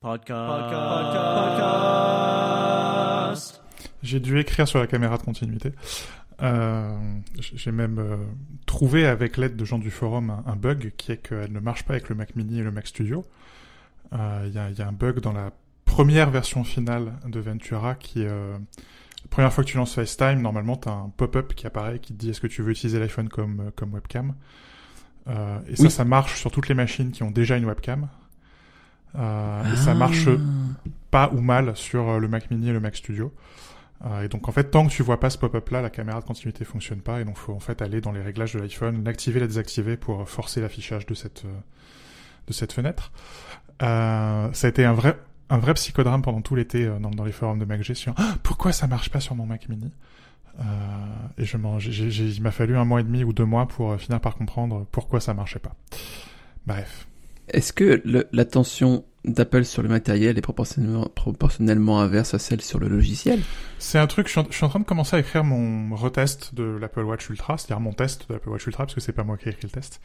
Podcast. J'ai dû écrire sur la caméra de continuité. J'ai même trouvé avec l'aide de gens du forum un bug qui est qu'elle ne marche pas avec le Mac Mini et le Mac Studio. Il y a un bug dans la première version finale de Ventura qui la première fois que tu lances FaceTime, normalement t'as un pop-up qui apparaît qui te dit est-ce que tu veux utiliser l'iPhone comme webcam. Et ça marche sur toutes les machines qui ont déjà une webcam. Et ça marche pas ou mal sur le Mac Mini et le Mac Studio. Et donc en fait, tant que tu vois pas ce pop-up là, la caméra de continuité fonctionne pas, et donc faut en fait aller dans les réglages de l'iPhone, l'activer, la désactiver pour forcer l'affichage de cette fenêtre. Ça a été un vrai psychodrame pendant tout l'été dans les forums de MacG sur pourquoi ça marche pas sur mon Mac Mini. Et il m'a fallu 1 mois et demi ou 2 mois pour finir par comprendre pourquoi ça marchait pas. Bref. Est-ce que l'attention d'Apple sur le matériel est proportionnellement inverse à celle sur le logiciel? C'est un truc, je suis en train de commencer à écrire mon retest de l'Apple Watch Ultra, c'est-à-dire mon test de l'Apple Watch Ultra, parce que c'est pas moi qui ai écrit le test.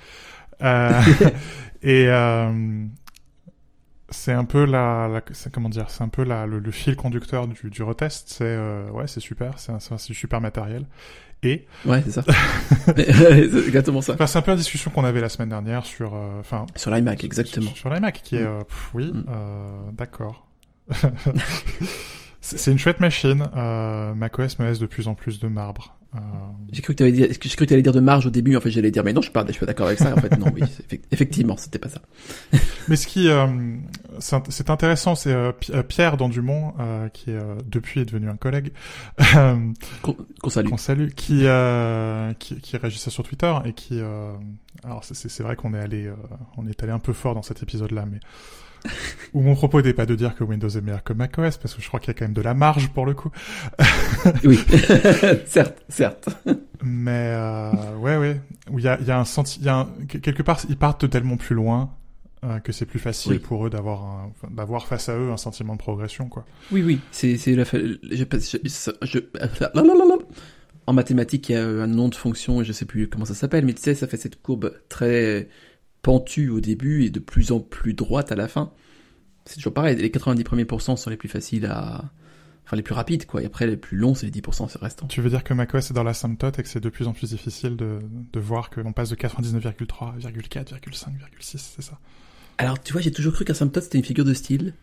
C'est un peu c'est un peu le fil conducteur du retest, c'est c'est super, c'est super matériel. Et ouais, c'est ça. C'est exactement ça. Enfin, c'est un peu la discussion qu'on avait la semaine dernière sur sur l'iMac, exactement. Sur l'iMac qui est d'accord. C'est une chouette machine. macOS me laisse de plus en plus de marbre. J'ai cru que t'allais dire de marge au début, en fait j'allais dire mais non, je suis pas d'accord avec ça, en fait non, oui, effectivement, c'était pas ça. Mais ce qui c'est intéressant, c'est Pierre Dandumont qui depuis est devenu un collègue qu'on salue, qui réagissait sur Twitter et qui alors c'est vrai qu'on est allé un peu fort dans cet épisode là, mais où mon propos n'est pas de dire que Windows est meilleur que macOS, parce que je crois qu'il y a quand même de la marge pour le coup. Oui, certes. Mais ouais, où il y a quelque part ils partent tellement plus loin que c'est plus facile pour eux d'avoir face à eux un sentiment de progression, quoi. Oui, c'est en mathématiques il y a un nom de fonction et je sais plus comment ça s'appelle, mais tu sais, ça fait cette courbe très pentue au début et de plus en plus droite à la fin. C'est toujours pareil, les 90 premiers pourcents sont les plus faciles enfin les plus rapides, quoi, et après les plus longs c'est les 10% restants. Tu veux dire que macOS est dans l'asymptote et que c'est de plus en plus difficile de voir que l'on passe de 99,3, 4, 5, 6, c'est ça? Alors tu vois, j'ai toujours cru qu'asymptote c'était une figure de style.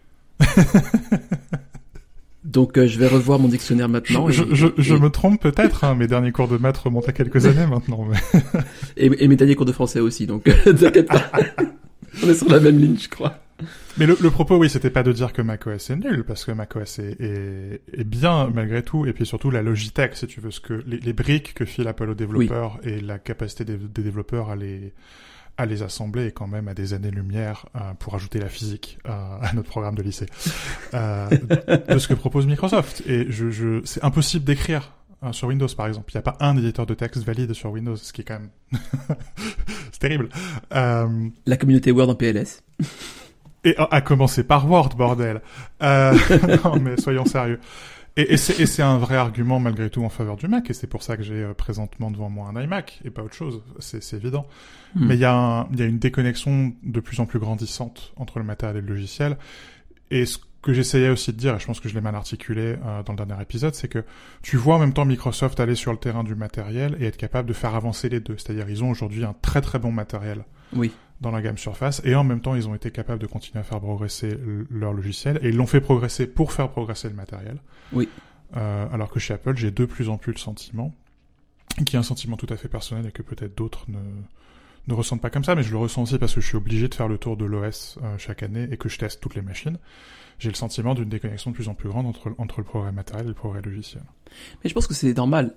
Donc je vais revoir mon dictionnaire maintenant. Je me trompe peut-être, hein, mes derniers cours de maths remontent à quelques années maintenant. Mais... et mes derniers cours de français aussi, donc t'inquiète pas. On est sur la même ligne, je crois. Mais le propos, oui, c'était pas de dire que macOS est nul, parce que macOS est bien malgré tout, et puis surtout la Logitech, si tu veux, ce que les briques que file Apple aux développeurs et la capacité des développeurs à les assembler est quand même à des années-lumière pour ajouter la physique à notre programme de lycée de ce que propose Microsoft. Et c'est impossible d'écrire sur Windows, par exemple. Il n'y a pas un éditeur de texte valide sur Windows, ce qui est quand même... c'est terrible. La communauté Word en PLS. Et à commencer par Word, bordel. Non, mais soyons sérieux. Et c'est un vrai argument malgré tout en faveur du Mac, et c'est pour ça que j'ai présentement devant moi un iMac et pas autre chose, c'est évident. Mais il y a une déconnexion de plus en plus grandissante entre le matériel et le logiciel. Et ce que j'essayais aussi de dire, et je pense que je l'ai mal articulé dans le dernier épisode, c'est que tu vois en même temps Microsoft aller sur le terrain du matériel et être capable de faire avancer les deux. C'est-à-dire ils ont aujourd'hui un très très bon matériel. Oui. Dans la gamme Surface, et en même temps ils ont été capables de continuer à faire progresser leur logiciel, et ils l'ont fait progresser pour faire progresser le matériel. Oui. Alors que chez Apple, j'ai de plus en plus le sentiment, qui est un sentiment tout à fait personnel et que peut-être d'autres ne ressentent pas comme ça, mais je le ressens aussi parce que je suis obligé de faire le tour de l'OS chaque année et que je teste toutes les machines. J'ai le sentiment d'une déconnexion de plus en plus grande entre le progrès matériel et le progrès logiciel. Mais je pense que c'est normal.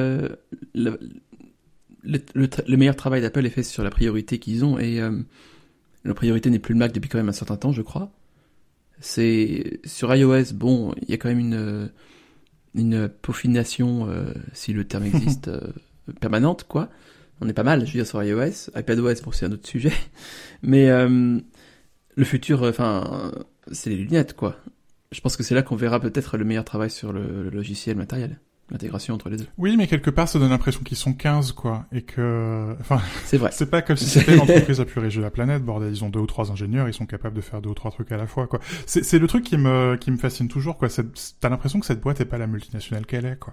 Le meilleur travail d'Apple est fait sur la priorité qu'ils ont, et la priorité n'est plus le Mac depuis quand même un certain temps, je crois. C'est sur iOS, bon, il y a quand même une peaufination, si le terme existe, permanente, quoi. On est pas mal, je veux dire, sur iOS. iPadOS, bon, c'est un autre sujet. Mais le futur, c'est les lunettes, quoi. Je pense que c'est là qu'on verra peut-être le meilleur travail sur le logiciel matériel. l'intégration entre les deux. Oui, mais quelque part, ça donne l'impression qu'ils sont 15, quoi, et que, enfin, c'est vrai. C'est pas comme si c'était l'entreprise la plus riche de la planète, bordel. Ils ont 2 ou 3 ingénieurs, ils sont capables de faire 2 ou 3 trucs à la fois, quoi. C'est le truc qui me fascine toujours, quoi. T'as l'impression que cette boîte est pas la multinationale qu'elle est, quoi.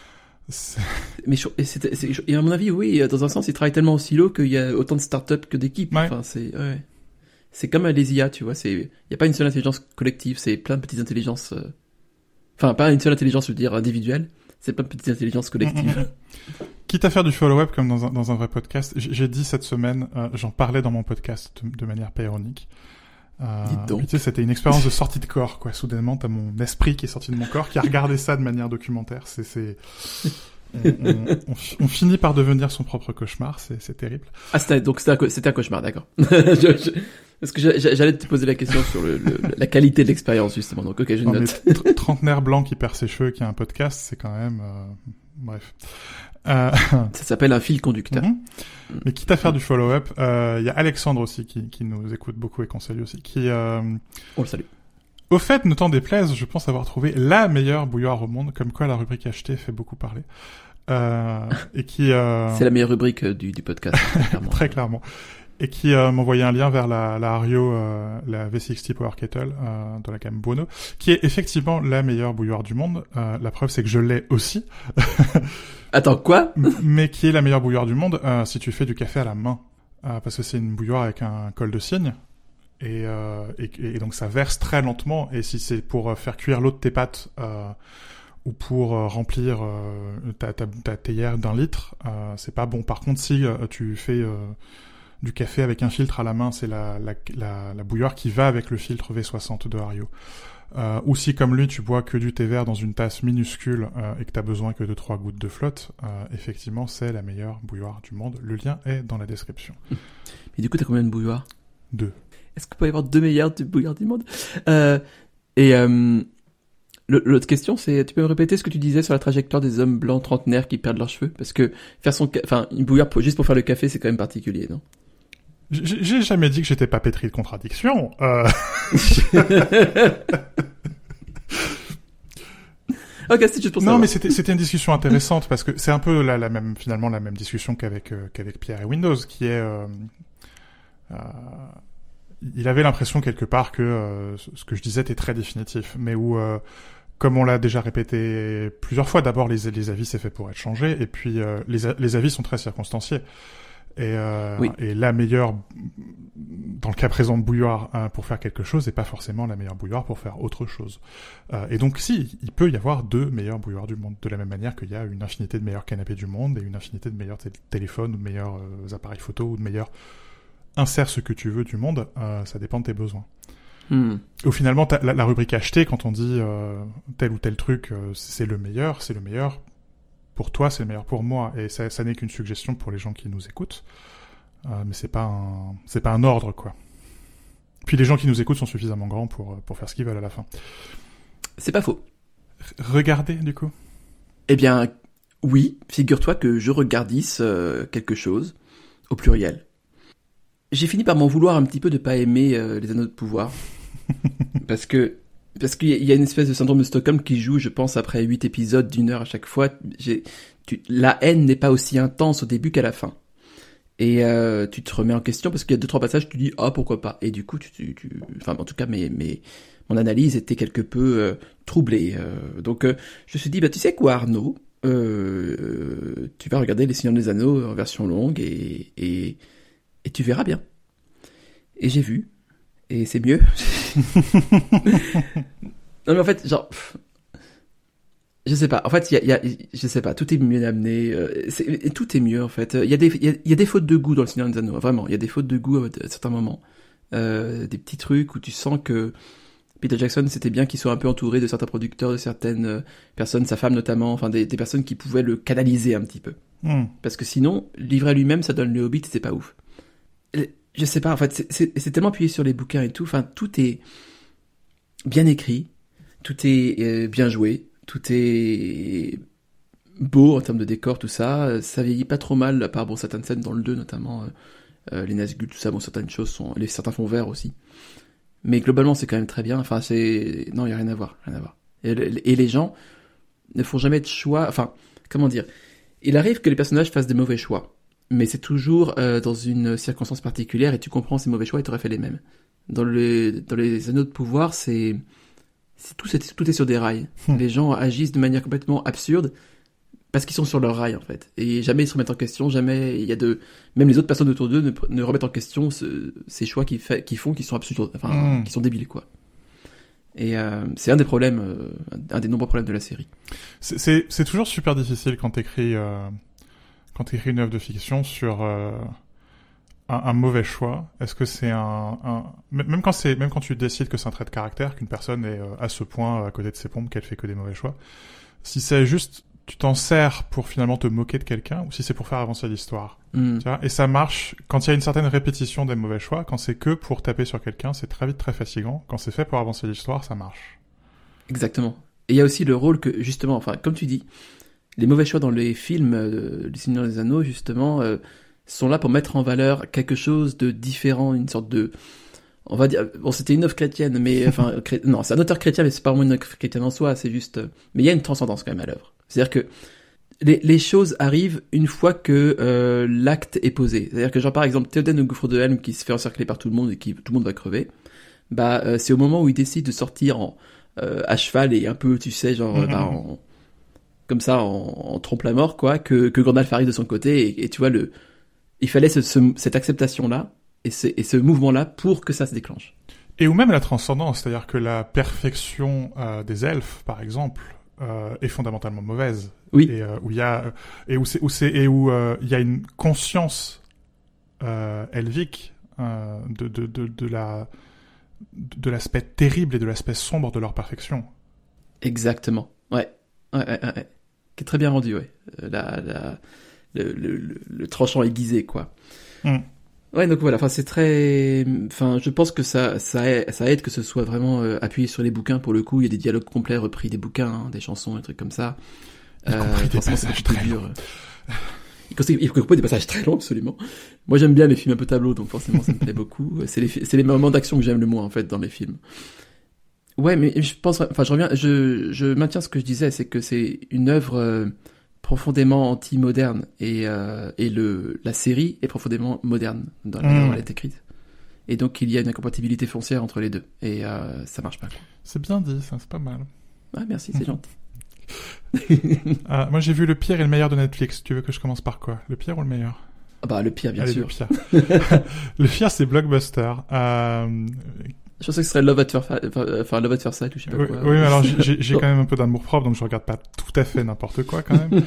Et à mon avis, oui, dans un sens, ils travaillent tellement en silo qu'il y a autant de startups que d'équipes. Ouais. Enfin, c'est comme les IA, tu vois. Il y a pas une seule intelligence collective, c'est plein de petites intelligences. Enfin, pas une seule intelligence, je veux dire individuelle. C'est plein de petites intelligences collectives. Quitte à faire du follow-up comme dans un vrai podcast, j'ai dit cette semaine, j'en parlais dans mon podcast de manière pas ironique. Dites donc. Tu sais, c'était une expérience de sortie de corps, quoi. Soudainement, t'as mon esprit qui est sorti de mon corps, qui a regardé ça de manière documentaire. On finit par devenir son propre cauchemar, c'est terrible. Ah, c'était un cauchemar, d'accord. Parce que j'allais te poser la question sur la qualité de l'expérience, justement. Donc, ok, je note. Mais trentenaire blanc qui perd ses cheveux, qui a un podcast, c'est quand même, bref. Ça s'appelle un fil conducteur. Mais quitte à faire du follow-up, il y a Alexandre aussi qui nous écoute beaucoup et qu'on salue aussi, On le salue. Au fait, ne t'en déplaise, je pense avoir trouvé la meilleure bouilloire au monde, comme quoi la rubrique acheter fait beaucoup parler. Et qui c'est la meilleure rubrique du podcast, clairement. Très clairement. Et qui m'envoyait un lien vers la Ario, la V60 Power Kettle de la gamme Buono, qui est effectivement la meilleure bouilloire du monde. La preuve, c'est que je l'ai aussi. Attends, quoi? Mais qui est la meilleure bouilloire du monde si tu fais du café à la main. Parce que c'est une bouilloire avec un col de cygne. Et donc ça verse très lentement. Et si c'est pour faire cuire l'eau de tes pâtes ou pour remplir ta théière d'1 litre, c'est pas bon. Par contre, si tu fais du café avec un filtre à la main, c'est la bouilloire qui va avec le filtre V60 de Ario. Ou si, comme lui, tu bois que du thé vert dans une tasse minuscule et que t'as besoin que de 3 gouttes de flotte, effectivement, c'est la meilleure bouilloire du monde. Le lien est dans la description. Mais du coup, t'as combien de bouilloires? 2. Est-ce qu'il peut y avoir 2 meilleures bouilloires du monde? L'autre question, c'est, tu peux me répéter ce que tu disais sur la trajectoire des hommes blancs trentenaires qui perdent leurs cheveux? Parce que une bouilloire juste pour faire le café, c'est quand même particulier, non? J'ai jamais dit que j'étais pas pétri de contradictions. Ok, c'est juste pour ça. Non, mais c'était une discussion intéressante parce que c'est un peu la même discussion qu'avec Pierre et Windows, qui est il avait l'impression quelque part que ce que je disais était très définitif, mais où comme on l'a déjà répété plusieurs fois, d'abord les avis c'est fait pour être changé, et puis les avis sont très circonstanciés. Oui. Et la meilleure, dans le cas présent de bouilloire pour faire quelque chose, n'est pas forcément la meilleure bouilloire pour faire autre chose. Et donc si, il peut y avoir 2 meilleures bouilloires du monde, de la même manière qu'il y a une infinité de meilleurs canapés du monde et une infinité de meilleurs téléphones ou de meilleurs appareils photo ou de meilleurs insère ce que tu veux du monde, ça dépend de tes besoins. Ou finalement, la rubrique acheter, quand on dit tel ou tel truc, c'est le meilleur pour toi, c'est le meilleur pour moi, et ça n'est qu'une suggestion pour les gens qui nous écoutent, mais c'est pas un ordre, quoi. Puis les gens qui nous écoutent sont suffisamment grands pour faire ce qu'ils veulent à la fin. C'est pas faux. Regardez, du coup. Eh bien, oui, figure-toi que je regardisse quelque chose, au pluriel. J'ai fini par m'en vouloir un petit peu de pas aimer les Anneaux de pouvoir. parce qu'il y a une espèce de syndrome de Stockholm qui joue, je pense, après 8 épisodes d'1 heure à chaque fois. La haine n'est pas aussi intense au début qu'à la fin. Et tu te remets en question parce qu'il y a 2-3 passages, tu dis « Ah, pourquoi pas ?» Et du coup, enfin, en tout cas, mon analyse était quelque peu troublée. Donc, je me suis dit « Bah, tu sais quoi, Arnaud tu vas regarder Les Seigneurs des Anneaux en version longue et tu verras bien. » Et j'ai vu. Et c'est mieux. Non mais en fait, genre... je sais pas. En fait, je sais pas. Tout est mieux amené. Tout est mieux, en fait. Il y a des fautes de goût dans Le Seigneur des Anneaux. Vraiment. Il y a des fautes de goût à certains moments. Des petits trucs où tu sens que Peter Jackson, c'était bien qu'il soit un peu entouré de certains producteurs, de certaines personnes, sa femme notamment, enfin des personnes qui pouvaient le canaliser un petit peu. Parce que sinon, livré à lui-même, ça donne le Hobbit, c'est pas ouf. Je sais pas, en fait, c'est tellement appuyé sur les bouquins et tout, enfin, tout est bien écrit, tout est bien joué, tout est beau en termes de décor, tout ça vieillit pas trop mal, à part certaines scènes dans le 2, notamment les Nazgûl, tout ça, certaines choses certains fonds verts aussi. Mais globalement, c'est quand même très bien, enfin, non, il y a rien à voir. Et les gens, ne font jamais de choix. Enfin, comment dire? Il arrive que les personnages fassent des mauvais choix, mais c'est toujours dans une circonstance particulière et tu comprends ces mauvais choix et tu aurais fait les mêmes. Dans les Anneaux de pouvoir, tout est sur des rails. Les gens agissent de manière complètement absurde parce qu'ils sont sur leur rail en fait. Et jamais ils se remettent en question, jamais même les autres personnes autour d'eux ne remettent en question ces choix qu'ils font qui sont absurdes, enfin qui sont débiles quoi. Et c'est un des problèmes, un des nombreux problèmes de la série. C'est toujours super difficile quand t'écris une œuvre de fiction sur un mauvais choix. Est-ce que c'est même quand tu décides que c'est un trait de caractère, qu'une personne est à ce point à côté de ses pompes qu'elle fait que des mauvais choix, si c'est juste tu t'en sers pour finalement te moquer de quelqu'un ou si c'est pour faire avancer l'histoire. Tu vois, et ça marche quand il y a une certaine répétition des mauvais choix. Quand c'est que pour taper sur quelqu'un, c'est très vite très fatigant. Quand c'est fait pour avancer l'histoire, ça marche. Exactement. Et il y a aussi le rôle que, justement, enfin, comme tu dis, les mauvais choix dans les films du Seigneur des Anneaux, justement, sont là pour mettre en valeur quelque chose de différent, une sorte de... On va dire, bon, c'était une œuvre chrétienne, mais enfin, non, c'est un auteur chrétien, mais c'est pas vraiment une œuvre chrétienne en soi, c'est juste, mais il y a une transcendance quand même à l'œuvre. C'est-à-dire que les choses arrivent une fois que l'acte est posé. C'est-à-dire que genre par exemple Théoden le gouffre de Helm qui se fait encercler par tout le monde et qui tout le monde va crever. C'est au moment où il décide de sortir à cheval et un peu tu sais genre comme ça en trompe la mort quoi que Gandalf arrive de son côté et tu vois il fallait cette acceptation là et ce mouvement là pour que ça se déclenche. Et ou même la transcendance, c'est-à-dire que la perfection des elfes par exemple est fondamentalement mauvaise. Oui. Et où il y a il y a une conscience elvique de l'aspect terrible et de l'aspect sombre de leur perfection. Exactement. Ouais. Qui est très bien rendu, ouais. Le tranchant aiguisé, quoi. Ouais, donc voilà, enfin c'est très, enfin je pense que ça aide que ce soit vraiment appuyé sur les bouquins pour le coup. Il y a des dialogues complets repris des bouquins, des chansons, des trucs comme ça. Y compris des passages très longs. Il faut des passages très longs, absolument. Moi j'aime bien les films un peu tableaux, donc forcément ça me plaît beaucoup. C'est les moments d'action que j'aime le moins en fait dans les films. Ouais, mais je pense, enfin je maintiens ce que je disais, c'est que c'est une œuvre profondément anti-moderne et la série est profondément moderne dans la manière dont elle est écrite. Et donc il y a une incompatibilité foncière entre les deux et ça marche pas. C'est bien dit, ça, c'est pas mal. Ah merci, c'est gentil. Moi j'ai vu le pire et le meilleur de Netflix. Tu veux que je commence par quoi? Le pire ou le meilleur? Ah bah le pire bien sûr. Le pire. Le pire c'est Blockbuster. Je pensais que ce serait Love at First Sight ou je sais pas quoi. Oui, mais alors j'ai quand même un peu d'amour propre, donc je regarde pas tout à fait n'importe quoi quand même.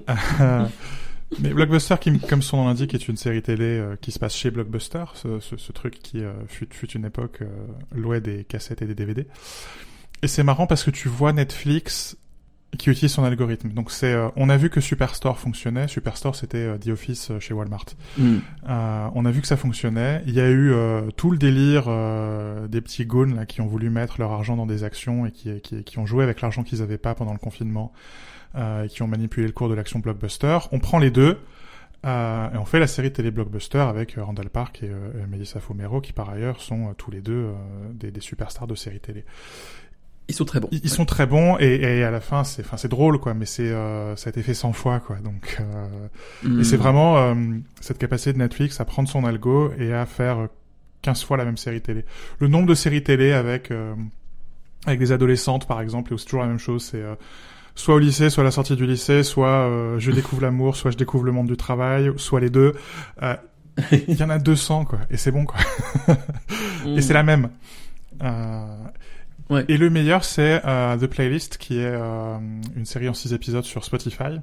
Mais Blockbuster, qui, comme son nom l'indique, est une série télé qui se passe chez Blockbuster, ce truc qui fut une époque louait des cassettes et des DVD. Et c'est marrant parce que tu vois Netflix qui utilise son algorithme. Donc on a vu que Superstore fonctionnait. Superstore, c'était The Office chez Walmart. On a vu que ça fonctionnait. Il y a eu tout le délire des petits goons là qui ont voulu mettre leur argent dans des actions et qui ont joué avec l'argent qu'ils avaient pas pendant le confinement et qui ont manipulé le cours de l'action Blockbuster. On prend les deux et on fait la série télé Blockbuster avec Randall Park et Melissa Fumero qui par ailleurs sont tous les deux des superstars de séries télé. Ils sont très bons. Ils sont très bons et à la fin c'est drôle quoi, mais ça a été fait 100 fois quoi. Donc et c'est vraiment cette capacité de Netflix à prendre son algo et à faire 15 fois la même série télé. Le nombre de séries télé avec des adolescentes par exemple, c'est toujours la même chose, c'est soit au lycée, soit à la sortie du lycée, soit je découvre l'amour, soit je découvre le monde du travail, soit les deux. Il y en a 200 quoi et c'est bon quoi. Et c'est la même. Ouais. Et le meilleur, c'est The Playlist, qui est une série en 6 épisodes sur Spotify.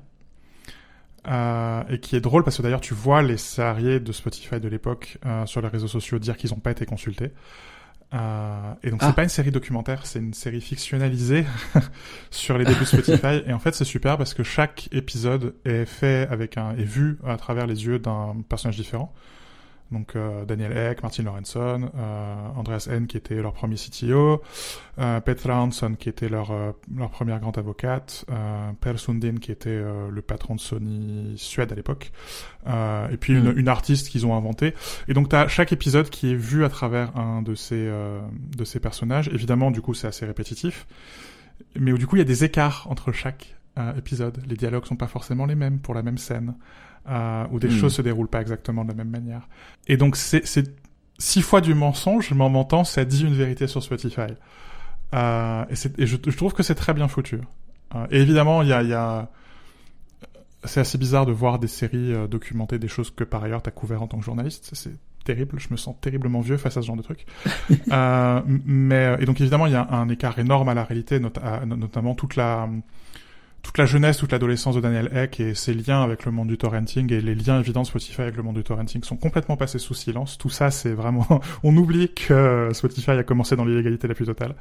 Et qui est drôle parce que d'ailleurs, tu vois les salariés de Spotify de l'époque sur les réseaux sociaux dire qu'ils n'ont pas été consultés. Et donc, c'est pas une série documentaire, c'est une série fictionnalisée sur les débuts de Spotify. Et en fait, c'est super parce que chaque épisode est fait est vu à travers les yeux d'un personnage différent. Donc Daniel Ek, Martin Lorentzon, Andreas Henn qui était leur premier CTO, Petra Hansson qui était leur première grande avocate, Per Sundin qui était le patron de Sony Suède à l'époque, et puis une artiste qu'ils ont inventée. Et donc t'as chaque épisode qui est vu à travers un de ces personnages. Évidemment, du coup, c'est assez répétitif, mais du coup, il y a des écarts entre chaque épisode. Les dialogues sont pas forcément les mêmes pour la même scène, ou des choses se déroulent pas exactement de la même manière. Et donc c'est 6 fois du mensonge, mais en même temps ça dit une vérité sur Spotify. Et je trouve que c'est très bien foutu. Et évidemment c'est assez bizarre de voir des séries documenter des choses que par ailleurs t'as couvert en tant que journaliste. C'est terrible, je me sens terriblement vieux face à ce genre de truc. Et donc évidemment il y a un écart énorme à la réalité, notamment toute la jeunesse, toute l'adolescence de Daniel Ek et ses liens avec le monde du torrenting et les liens évidents de Spotify avec le monde du torrenting sont complètement passés sous silence. Tout ça, c'est vraiment... On oublie que Spotify a commencé dans l'illégalité la plus totale.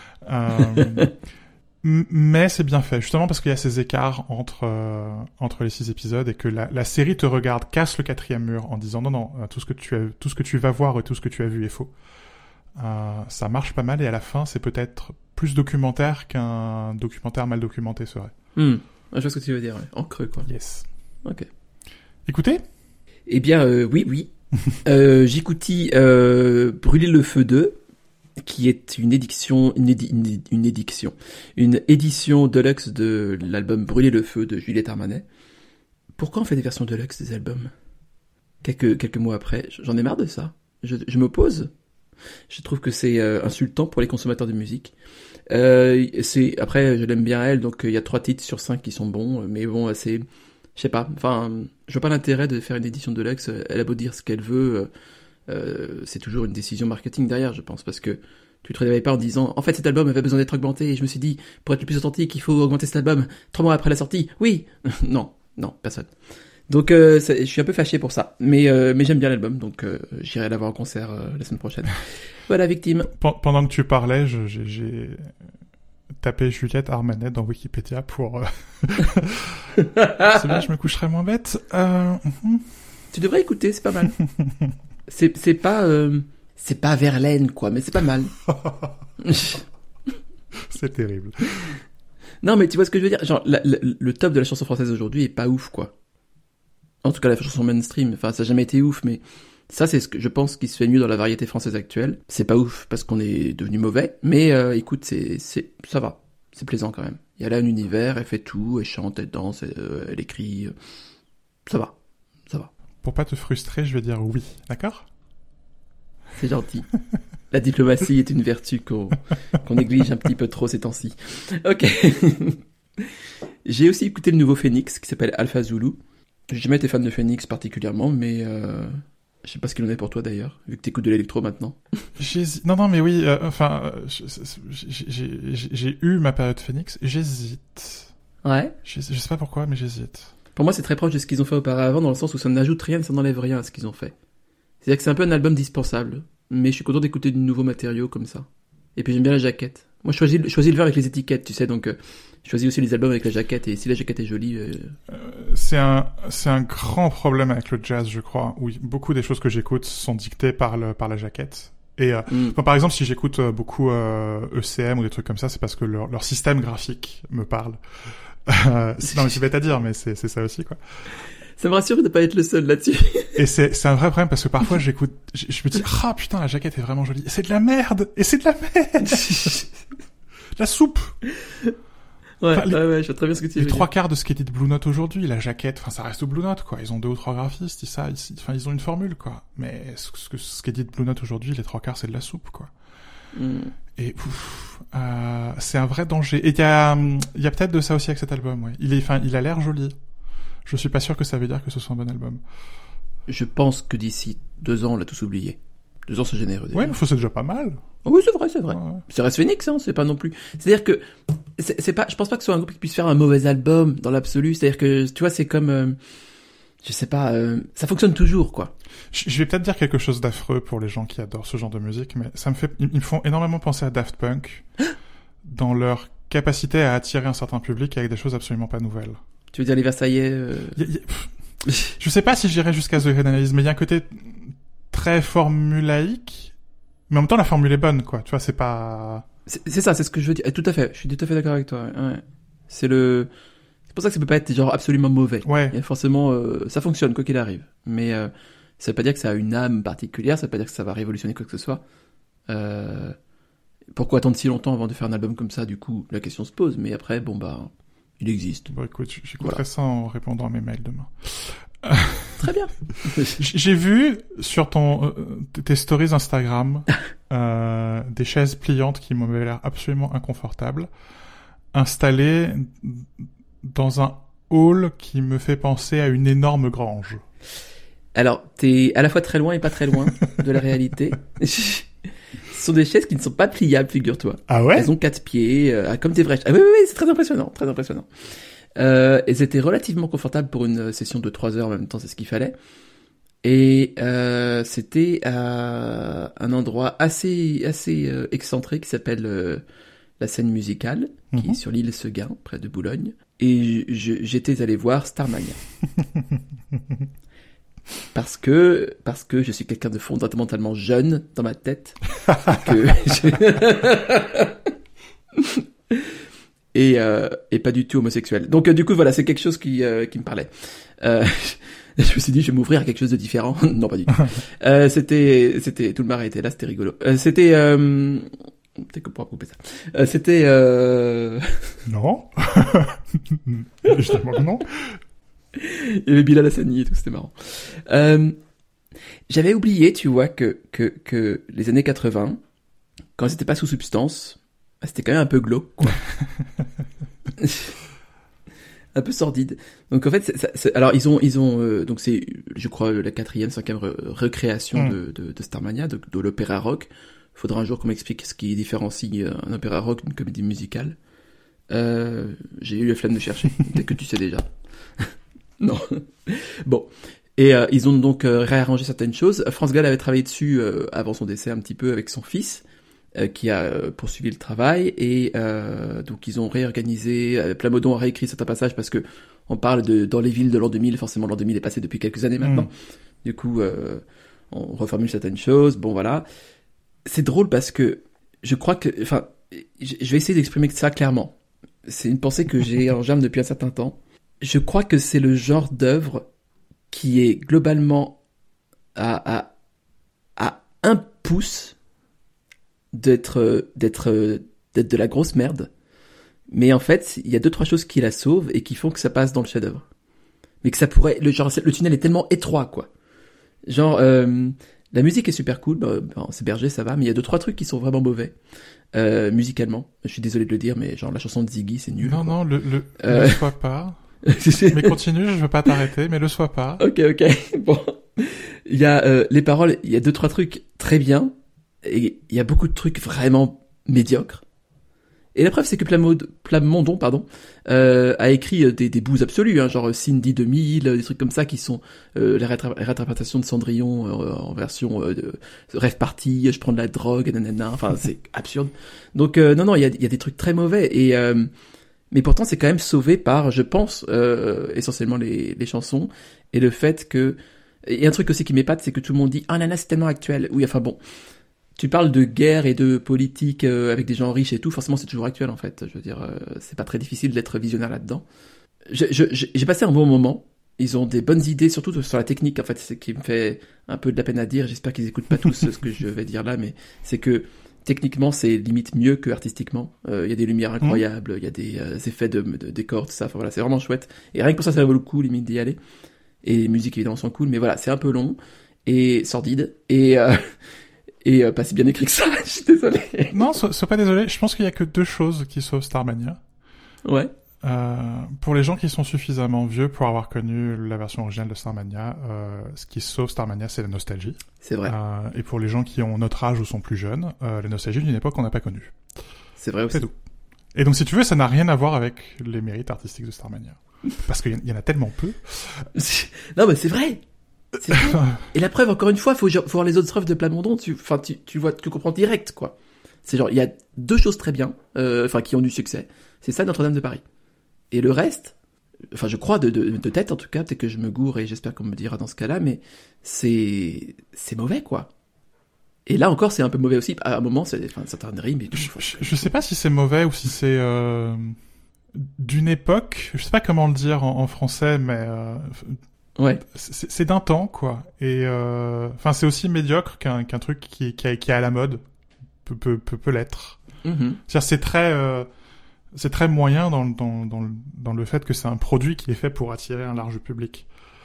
Mais c'est bien fait, justement parce qu'il y a ces écarts entre les 6 épisodes et que la série te regarde, casse le 4e mur en disant non, tout ce que tu vas voir et tout ce que tu as vu est faux. Ça marche pas mal et à la fin, c'est peut-être plus documentaire qu'un documentaire mal documenté serait. Je vois ce que tu veux dire, ouais. En creux, quoi. Yes. Ok. Écoutez. Eh bien, oui. J'écoutis Brûler le feu 2, qui est une édition deluxe de l'album Brûler le feu de Juliette Armanet. Pourquoi on fait des versions deluxe des albums quelques mois après? J'en ai marre de ça. Je m'oppose. Je trouve que c'est insultant pour les consommateurs de musique. Après, je l'aime bien elle, donc il y a 3 titres sur 5 qui sont bons, mais bon, je sais pas, enfin, je vois pas l'intérêt de faire une édition deluxe. Elle a beau dire ce qu'elle veut, c'est toujours une décision marketing derrière, je pense, parce que tu te réveilles pas en disant, en fait, cet album avait besoin d'être augmenté, et je me suis dit, pour être le plus authentique, il faut augmenter cet album 3 mois après la sortie. Oui. Non, personne. Donc je suis un peu fâché pour ça, mais j'aime bien l'album, donc j'irai la voir en concert la semaine prochaine. Voilà, victime. Pendant que tu parlais, j'ai tapé Juliette Armanet dans Wikipédia pour... C'est bien, je me coucherai moins bête. Tu devrais écouter, c'est pas mal. c'est pas Verlaine, quoi, mais c'est pas mal. C'est terrible. Non, mais tu vois ce que je veux dire, genre le top de la chanson française aujourd'hui est pas ouf, quoi. En tout cas, la chanson mainstream, enfin, ça n'a jamais été ouf, mais ça, c'est ce que je pense qui se fait mieux dans la variété française actuelle. C'est pas ouf parce qu'on est devenu mauvais, mais écoute, ça va. C'est plaisant quand même. Il y a là un univers, elle fait tout, elle chante, elle danse, elle écrit. Ça va. Pour pas te frustrer, je vais dire oui, d'accord? C'est gentil. La diplomatie est une vertu qu'on néglige un petit peu trop ces temps-ci. Ok. J'ai aussi écouté le nouveau Phoenix qui s'appelle Alpha Zulu. J'ai jamais été fan de Phoenix particulièrement, mais je sais pas ce qu'il en est pour toi d'ailleurs, vu que t'écoutes de l'électro maintenant. Non, mais oui, j'ai eu ma période Phoenix, j'hésite. Ouais. Je sais pas pourquoi, mais j'hésite. Pour moi, c'est très proche de ce qu'ils ont fait auparavant, dans le sens où ça n'ajoute rien, ça n'enlève rien à ce qu'ils ont fait. C'est-à-dire que c'est un peu un album dispensable, mais je suis content d'écouter de nouveaux matériaux comme ça. Et puis j'aime bien la jaquette. Moi, je choisis le verre avec les étiquettes, tu sais, donc je choisis aussi les albums avec la jaquette, et si la jaquette est jolie... C'est un grand problème avec le jazz, je crois, où beaucoup des choses que j'écoute sont dictées par la jaquette. Et par exemple, si j'écoute beaucoup ECM ou des trucs comme ça, c'est parce que leur système graphique me parle. Non, mais c'est bête à dire, mais c'est ça aussi, quoi. Ça me rassure de pas être le seul là-dessus. Et c'est un vrai problème parce que parfois j'écoute, je me dis, ah putain, la jaquette est vraiment jolie. C'est de la merde! Et c'est de la merde! La soupe! Ouais, enfin, ouais, je vois très bien ce que tu veux dire. Les 3/4 de ce qu'est dit Blue Note aujourd'hui, la jaquette, enfin, ça reste Blue Note, quoi. Ils ont 2 ou 3 graphistes, ils ont une formule, quoi. Mais ce qu'est dit Blue Note aujourd'hui, les 3/4, c'est de la soupe, quoi. Et c'est un vrai danger. Et il y a peut-être de ça aussi avec cet album, ouais. Il a l'air joli. Je suis pas sûr que ça veut dire que ce soit un bon album. Je pense que d'ici 2 ans, on l'a tous oublié. 2 ans, c'est généreux. Ouais, mais c'est déjà pas mal. Oui, c'est vrai. Ouais. Ça reste Phoenix, hein, c'est pas non plus. C'est-à-dire que, c'est pas, je pense pas que ce soit un groupe qui puisse faire un mauvais album, dans l'absolu. C'est-à-dire que, tu vois, c'est comme, je sais pas, ça fonctionne toujours, quoi. Je vais peut-être dire quelque chose d'affreux pour les gens qui adorent ce genre de musique, mais ils me font énormément penser à Daft Punk dans leur capacité à attirer un certain public avec des choses absolument pas nouvelles. Tu veux dire les Versaillais Je sais pas si j'irais jusqu'à The Analyse, mais il y a un côté très formulaïque, mais en même temps la formule est bonne, quoi. Tu vois, c'est pas... C'est ça, c'est ce que je veux dire. Et tout à fait, je suis tout à fait d'accord avec toi. Ouais. C'est pour ça que ça peut pas être genre absolument mauvais. Ouais. Il y a forcément, ça fonctionne quoi qu'il arrive. Mais ça veut pas dire que ça a une âme particulière, ça veut pas dire que ça va révolutionner quoi que ce soit. Pourquoi attendre si longtemps avant de faire un album comme ça? Du coup, la question se pose. Mais après, bon bah, Il existe. Bon, écoute, j'écouterai ça en répondant à mes mails demain. Très bien. J'ai vu sur tes stories Instagram des chaises pliantes qui m'avaient l'air absolument inconfortables, installées dans un hall qui me fait penser à une énorme grange. Alors, t'es à la fois très loin et pas très loin de la réalité. Ce sont des chaises qui ne sont pas pliables, figure-toi. Ah ouais? Elles ont 4 pieds, comme des vraies chaises. Ah oui, c'est très impressionnant, très impressionnant. Elles étaient relativement confortables pour une session de 3 heures en même temps, c'est ce qu'il fallait. Et c'était à un endroit assez excentré qui s'appelle la Scène Musicale, qui est sur l'île Seguin, près de Boulogne. Et j'étais allé voir Starmania. Parce que je suis quelqu'un de fondamentalement jeune dans ma tête. Et pas du tout homosexuel. Donc du coup voilà, c'est quelque chose qui me parlait. Je me suis dit je vais m'ouvrir à quelque chose de différent. Non, pas du tout. C'était tout le marais était là, c'était rigolo. C'était peut-être qu'on pourra couper ça. C'était Non. Évidemment que non. Il y avait Bilal Hassani et tout, c'était marrant. J'avais oublié, tu vois, que les années 80, quand c'était pas sous substance, c'était quand même un peu glauque, quoi. Un peu sordide. Donc en fait, alors ils ont donc c'est, je crois, la 4e, 5e recréation de Starmania, de l'opéra rock. Faudra un jour qu'on m'explique ce qui différencie un opéra rock d'une comédie musicale. J'ai eu la flemme de chercher, dès que tu sais déjà. Non. Bon. Et ils ont donc réarrangé certaines choses. France Gall avait travaillé dessus avant son décès un petit peu avec son fils, qui a poursuivi le travail. Et donc ils ont réorganisé. Plamondon a réécrit certains passages parce que on parle dans les villes de l'an 2000. Forcément, l'an 2000 est passé depuis quelques années maintenant. Du coup, on reformule certaines choses. Bon, voilà. C'est drôle parce que je crois que... Enfin, je vais essayer d'exprimer ça clairement. C'est une pensée que j'ai en germe depuis un certain temps. Je crois que c'est le genre d'œuvre qui est globalement à 1 pouce d'être de la grosse merde. Mais en fait, il y a 2-3 choses qui la sauvent et qui font que ça passe dans le chef-d'œuvre. Mais que ça pourrait, le tunnel est tellement étroit, quoi. Genre, la musique est super cool, c'est Berger, ça va, mais il y a 2-3 trucs qui sont vraiment mauvais. Musicalement. Je suis désolé de le dire, mais genre, la chanson de Ziggy, c'est nul. Non, quoi. non, le sois pas. Mais continue, je veux pas t'arrêter, mais le sois pas. Ok. Bon. Il y a les paroles, il y a 2-3 trucs très bien, et il y a beaucoup de trucs vraiment médiocres. Et la preuve, c'est que Plamondon, a écrit des bouts absolus, hein, genre Cindy 2000, des trucs comme ça qui sont la réinterprétation de Cendrillon en version rêve party, je prends de la drogue, nanana, enfin c'est absurde. Donc non, il y a des trucs très mauvais et mais pourtant c'est quand même sauvé par, je pense, essentiellement les chansons et le fait que et un truc aussi qui m'épate, c'est que tout le monde dit ah nana c'est tellement actuel. Oui, enfin bon. Tu parles de guerre et de politique avec des gens riches et tout, forcément c'est toujours actuel en fait. Je veux dire, c'est pas très difficile d'être visionnaire là-dedans. J'ai passé un bon moment. Ils ont des bonnes idées, surtout sur la technique en fait, c'est ce qui me fait un peu de la peine à dire. J'espère qu'ils écoutent pas tous ce que je vais dire là, mais c'est que techniquement c'est limite mieux que artistiquement. Il y a des lumières incroyables, il y a des effets de décor, tout ça. Enfin voilà, c'est vraiment chouette. Et rien que pour ça vaut le coup limite d'y aller. Et les musiques évidemment sont cool, mais voilà, c'est un peu long et sordide et pas si bien écrit que ça, je suis désolé. Non, sois pas désolé. Je pense qu'il y a que 2 choses qui sauvent Starmania. Ouais. Pour les gens qui sont suffisamment vieux pour avoir connu la version originale de Starmania, ce qui sauve Starmania, c'est la nostalgie. C'est vrai. Et pour les gens qui ont notre âge ou sont plus jeunes, la nostalgie d'une époque qu'on n'a pas connue. C'est vrai aussi. C'est tout. Et donc, si tu veux, ça n'a rien à voir avec les mérites artistiques de Starmania. Parce qu'il y en a tellement peu. Non, mais c'est vrai. C'est vrai. Et la preuve, encore une fois, faut voir les autres œuvres de Plamondon, tu vois, tu comprends direct, quoi. C'est genre, il y a 2 choses très bien, qui ont du succès. C'est ça, Notre-Dame de Paris. Et le reste, je crois de tête, en tout cas, peut-être que je me gourre et j'espère qu'on me dira dans ce cas-là, mais c'est mauvais, quoi. Et là encore, c'est un peu mauvais aussi. À un moment, certains rimes et tout. Je sais pas si c'est mauvais ou si c'est, d'une époque, je sais pas comment le dire en français, mais, ouais. C'est d'un temps, quoi. Et c'est aussi médiocre qu'un truc qui est à la mode peut l'être. Mm-hmm. C'est-à-dire, c'est très C'est très moyen dans le fait que c'est un produit qui est fait pour attirer un large public.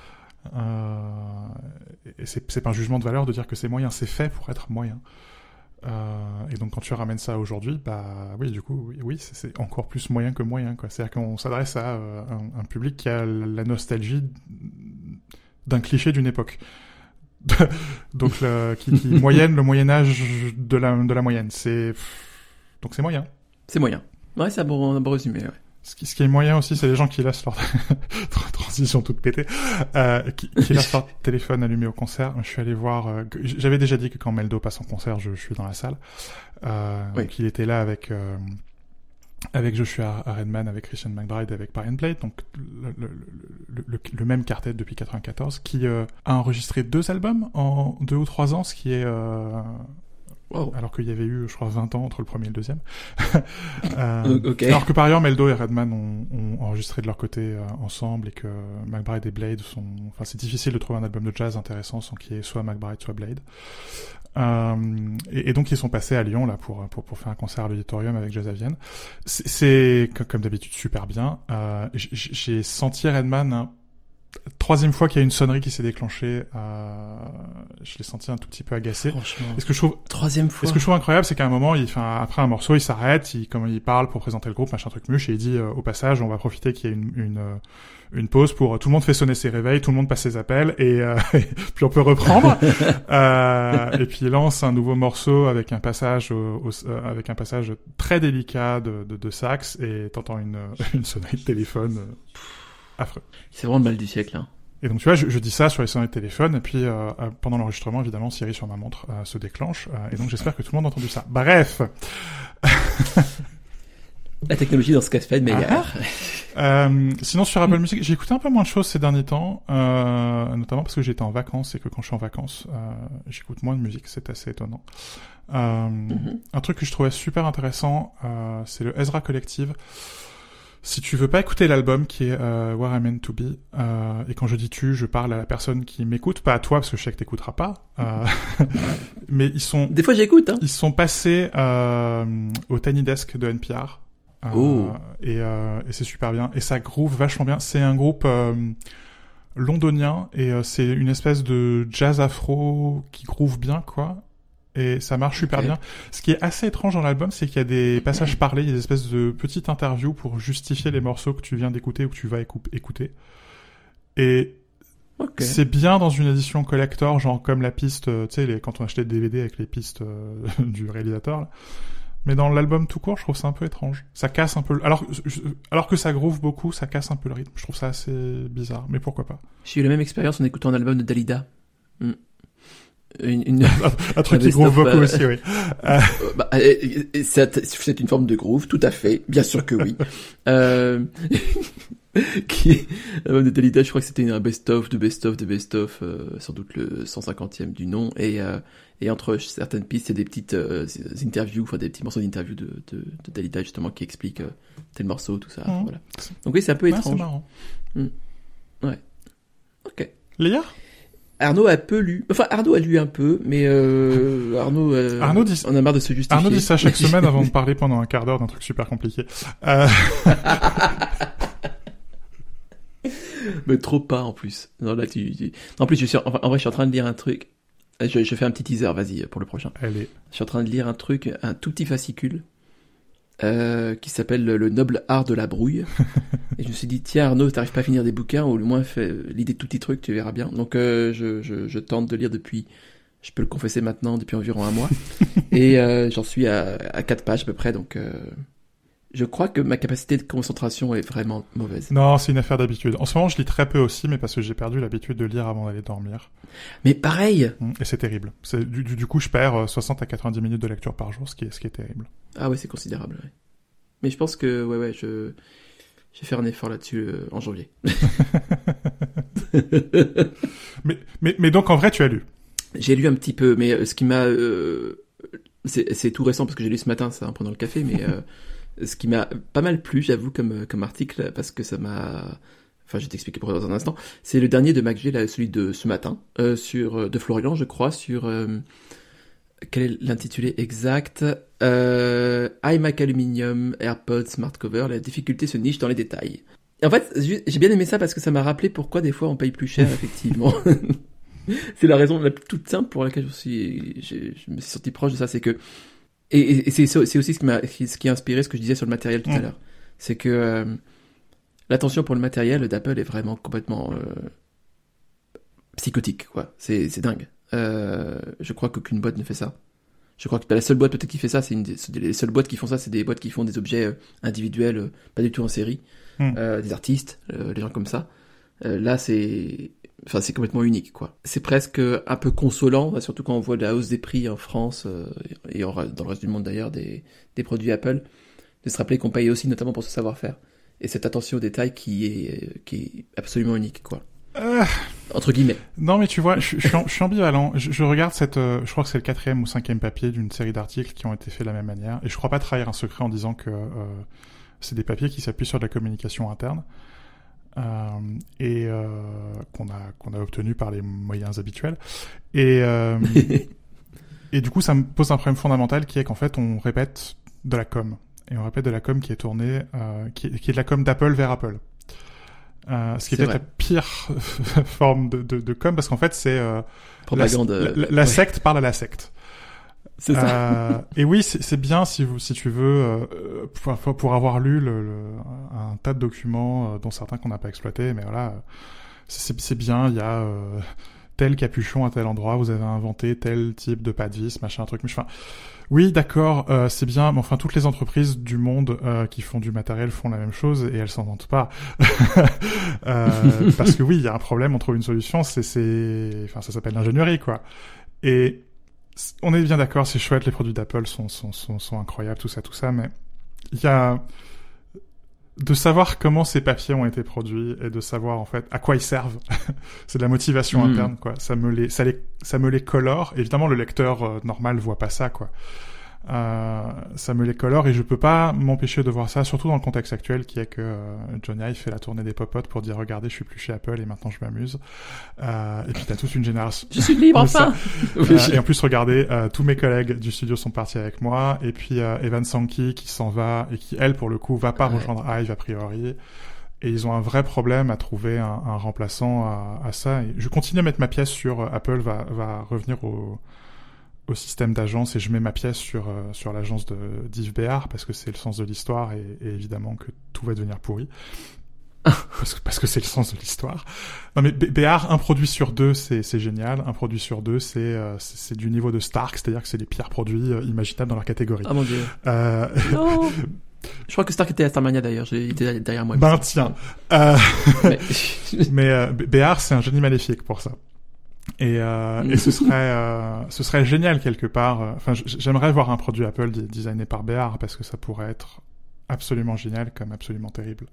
Et c'est pas un jugement de valeur de dire que c'est moyen, c'est fait pour être moyen. Et donc quand tu ramènes ça aujourd'hui, bah oui, du coup, oui, c'est encore plus moyen que moyen, quoi. C'est-à-dire qu'on s'adresse à un public qui a la nostalgie d'un cliché d'une époque. Donc qui moyenne le Moyen Âge de la moyenne. Donc c'est moyen. C'est moyen. Ouais, c'est un bon résumé, ouais. Ce qui est moyen aussi, c'est les gens qui laissent leur transition toute pétée, qui laissent leur téléphone allumé au concert. Je suis allé voir. J'avais déjà dit que quand Meldo passe en concert, je suis dans la salle. Oui. Donc il était là avec Joshua Redman, avec Christian McBride, avec Brian Blade, donc le même quartet depuis 94, qui a enregistré 2 albums en 2 ou 3 ans, ce qui est Wow. alors qu'il y avait eu, je crois, 20 ans entre le premier et le deuxième. Okay. Alors que par ailleurs, Meldo et Redman ont enregistré de leur côté ensemble, et que McBride et Blade enfin, c'est difficile de trouver un album de jazz intéressant sans qu'il y ait soit McBride, soit Blade. Et donc ils sont passés à Lyon là pour faire un concert à l'auditorium avec Jazz à Vienne. C'est comme d'habitude super bien. J'ai senti Redman. Troisième fois qu'il y a une sonnerie qui s'est déclenchée, je l'ai senti un tout petit peu agacé. Franchement. Et ce que je trouve, troisième fois. ce que je trouve incroyable, c'est qu'à un moment, après un morceau, il s'arrête, il parle pour présenter le groupe, machin truc muche, et il dit, au passage, on va profiter qu'il y ait une pause pour, tout le monde fait sonner ses réveils, tout le monde passe ses appels, et puis on peut reprendre. Et puis il lance un nouveau morceau avec un passage avec un passage très délicat de sax, et t'entends une sonnerie de téléphone, affreux. C'est vraiment le mal du siècle, hein. Et donc tu vois, je dis ça sur les sonneries de téléphone, et puis pendant l'enregistrement, évidemment, Siri sur ma montre se déclenche, et donc j'espère que tout le monde a entendu ça. Bref. La technologie dans ce cas fait de meilleur. Sinon sur Apple Music, j'ai écouté un peu moins de choses ces derniers temps, notamment parce que j'étais en vacances, et que quand je suis en vacances, j'écoute moins de musique, c'est assez étonnant. Un truc que je trouvais super intéressant, c'est le Ezra Collective. Si tu veux pas écouter l'album qui est Where I'm Meant to Be, et quand je dis tu, je parle à la personne qui m'écoute, pas à toi parce que je sais que t'écouteras pas, mais ils sont... Des fois j'écoute, hein. Ils sont passés au Tiny Desk de NPR, et c'est super bien, et ça groove vachement bien. C'est un groupe londonien, et c'est une espèce de jazz afro qui groove bien, quoi. Et ça marche super bien. Ce qui est assez étrange dans l'album, c'est qu'il y a des passages parlés, il y a des espèces de petites interviews pour justifier les morceaux que tu viens d'écouter ou que tu vas écouter. Et c'est bien dans une édition collector, genre comme la piste, tu sais, quand on achetait des DVD avec les pistes du réalisateur, là. Mais dans l'album tout court, je trouve ça un peu étrange. Ça casse un peu... Alors que ça groove beaucoup, ça casse un peu le rythme. Je trouve ça assez bizarre, mais pourquoi pas. J'ai eu la même expérience en écoutant un album de Dalida. Un truc qui groove beaucoup aussi, oui. C'est une forme de groove, tout à fait, bien sûr que oui. Qui est de Dalida, je crois que c'était un best-of, sans doute le 150e du nom, et entre certaines pistes, il y a des petites interviews, enfin des petits morceaux d'interview de Dalida justement qui expliquent tel morceau, tout ça. Voilà. Donc oui, c'est un peu étrange. C'est marrant. Ouais. Ok. Léa? Arnaud a peu lu. Enfin, Arnaud a lu un peu, mais Arnaud on a marre de se justifier. Arnaud dit ça chaque semaine avant de parler pendant un quart d'heure d'un truc super compliqué. Mais trop pas, en plus. Non, là, en plus, en vrai, je suis en train de lire un truc. Je fais un petit teaser, vas-y, pour le prochain. Allez. Je suis en train de lire un truc, un tout petit fascicule, qui s'appelle Le noble art de la brouille. Et je me suis dit, tiens Arnaud, t'arrives pas à finir des bouquins, ou au moins fais l'idée de tout petit truc, tu verras bien. Donc je tente de lire depuis, je peux le confesser maintenant, depuis environ un mois. Et j'en suis à 4 pages à peu près, donc je crois que ma capacité de concentration est vraiment mauvaise. Non, c'est une affaire d'habitude. En ce moment, je lis très peu aussi, mais parce que j'ai perdu l'habitude de lire avant d'aller dormir. Mais pareil. Et c'est terrible. Du coup, je perds 60 à 90 minutes de lecture par jour, ce qui est terrible. Ah ouais, c'est considérable, ouais. Mais je pense que, je vais faire un effort là-dessus en janvier. mais donc, en vrai, tu as lu? J'ai lu un petit peu, mais ce qui m'a... c'est tout récent, parce que j'ai lu ce matin, ça, pendant le café, mais ce qui m'a pas mal plu, j'avoue, comme article, parce que ça m'a... Enfin, je vais t'expliquer pourquoi dans un instant. C'est le dernier de McGill, celui de ce matin, de Florian, je crois, sur Quel est l'intitulé exact? iMac Aluminium, AirPods, Smart Cover, la difficulté se niche dans les détails. Et en fait, j'ai bien aimé ça parce que ça m'a rappelé pourquoi des fois on paye plus cher, effectivement. C'est la raison la toute simple pour laquelle je me suis senti proche de ça, c'est que et c'est aussi ce qui a inspiré ce que je disais sur le matériel tout à l'heure. C'est que l'attention pour le matériel d'Apple est vraiment complètement psychotique, quoi. C'est dingue. Je crois qu'aucune boîte ne fait ça. Je crois que la seule boîte peut-être qui fait ça, les seules boîtes qui font ça, c'est des boîtes qui font des objets individuels, pas du tout en série, des artistes, les gens comme ça. Là, c'est complètement unique, quoi. C'est presque un peu consolant, surtout quand on voit la hausse des prix en France et dans le reste du monde d'ailleurs des produits Apple, de se rappeler qu'on paye aussi notamment pour ce savoir-faire et cette attention aux détails qui est absolument unique, quoi. Entre guillemets. Non, mais tu vois, je suis ambivalent. Je regarde je crois que c'est le 4e ou 5e papier d'une série d'articles qui ont été faits de la même manière, et je crois pas trahir un secret en disant que c'est des papiers qui s'appuient sur de la communication interne. Qu'on a obtenu par les moyens habituels, et du coup ça me pose un problème fondamental qui est qu'en fait on répète de la com, et on répète de la com qui est tournée qui est de la com d'Apple vers Apple, ce qui est peut-être la pire forme de com, parce qu'en fait c'est propagande, la secte parle à la secte. C'est ça. Et oui, c'est bien si tu veux, pour avoir lu un tas de documents, dont certains qu'on n'a pas exploités, mais voilà, c'est bien, il y a tel capuchon à tel endroit, vous avez inventé tel type de pas de vis, machin, truc, enfin, oui, d'accord, c'est bien, mais enfin, toutes les entreprises du monde qui font du matériel font la même chose, et elles s'en vantent pas. Parce que oui, il y a un problème, on trouve une solution, enfin, ça s'appelle l'ingénierie, quoi. Et on est bien d'accord, c'est chouette, les produits d'Apple sont incroyables, tout ça, mais il y a de savoir comment ces papiers ont été produits et de savoir en fait à quoi ils servent. C'est de la motivation interne, quoi. Ça me les colore. Évidemment, le lecteur normal voit pas ça, quoi. Ça me les colore, et je peux pas m'empêcher de voir ça, surtout dans le contexte actuel qui est que Johnny Ive fait la tournée des pop-up pour dire regardez, je suis plus chez Apple et maintenant je m'amuse, et puis t'as toute une génération, je suis libre enfin. Et en plus regardez, tous mes collègues du studio sont partis avec moi, et puis Evan Sankey qui s'en va et qui elle pour le coup va pas rejoindre Ive a priori, et ils ont un vrai problème à trouver un remplaçant à ça, et je continue à mettre ma pièce sur Apple va revenir au système d'agence, et je mets ma pièce sur l'agence d'Yves Béard, parce que c'est le sens de l'histoire, et évidemment que tout va devenir pourri. parce que c'est le sens de l'histoire. Non mais Béard, un produit sur deux, c'est génial. Un produit sur deux, c'est du niveau de Stark, c'est-à-dire que c'est les pires produits imaginables dans leur catégorie. Ah mon dieu. Non. Je crois que Stark était à Starmania d'ailleurs, il était derrière moi. Ben tiens. Mais Béard, c'est un génie maléfique pour ça. Et ce serait génial quelque part. Enfin, j'aimerais voir un produit Apple designé par Béard, parce que ça pourrait être absolument génial comme absolument terrible.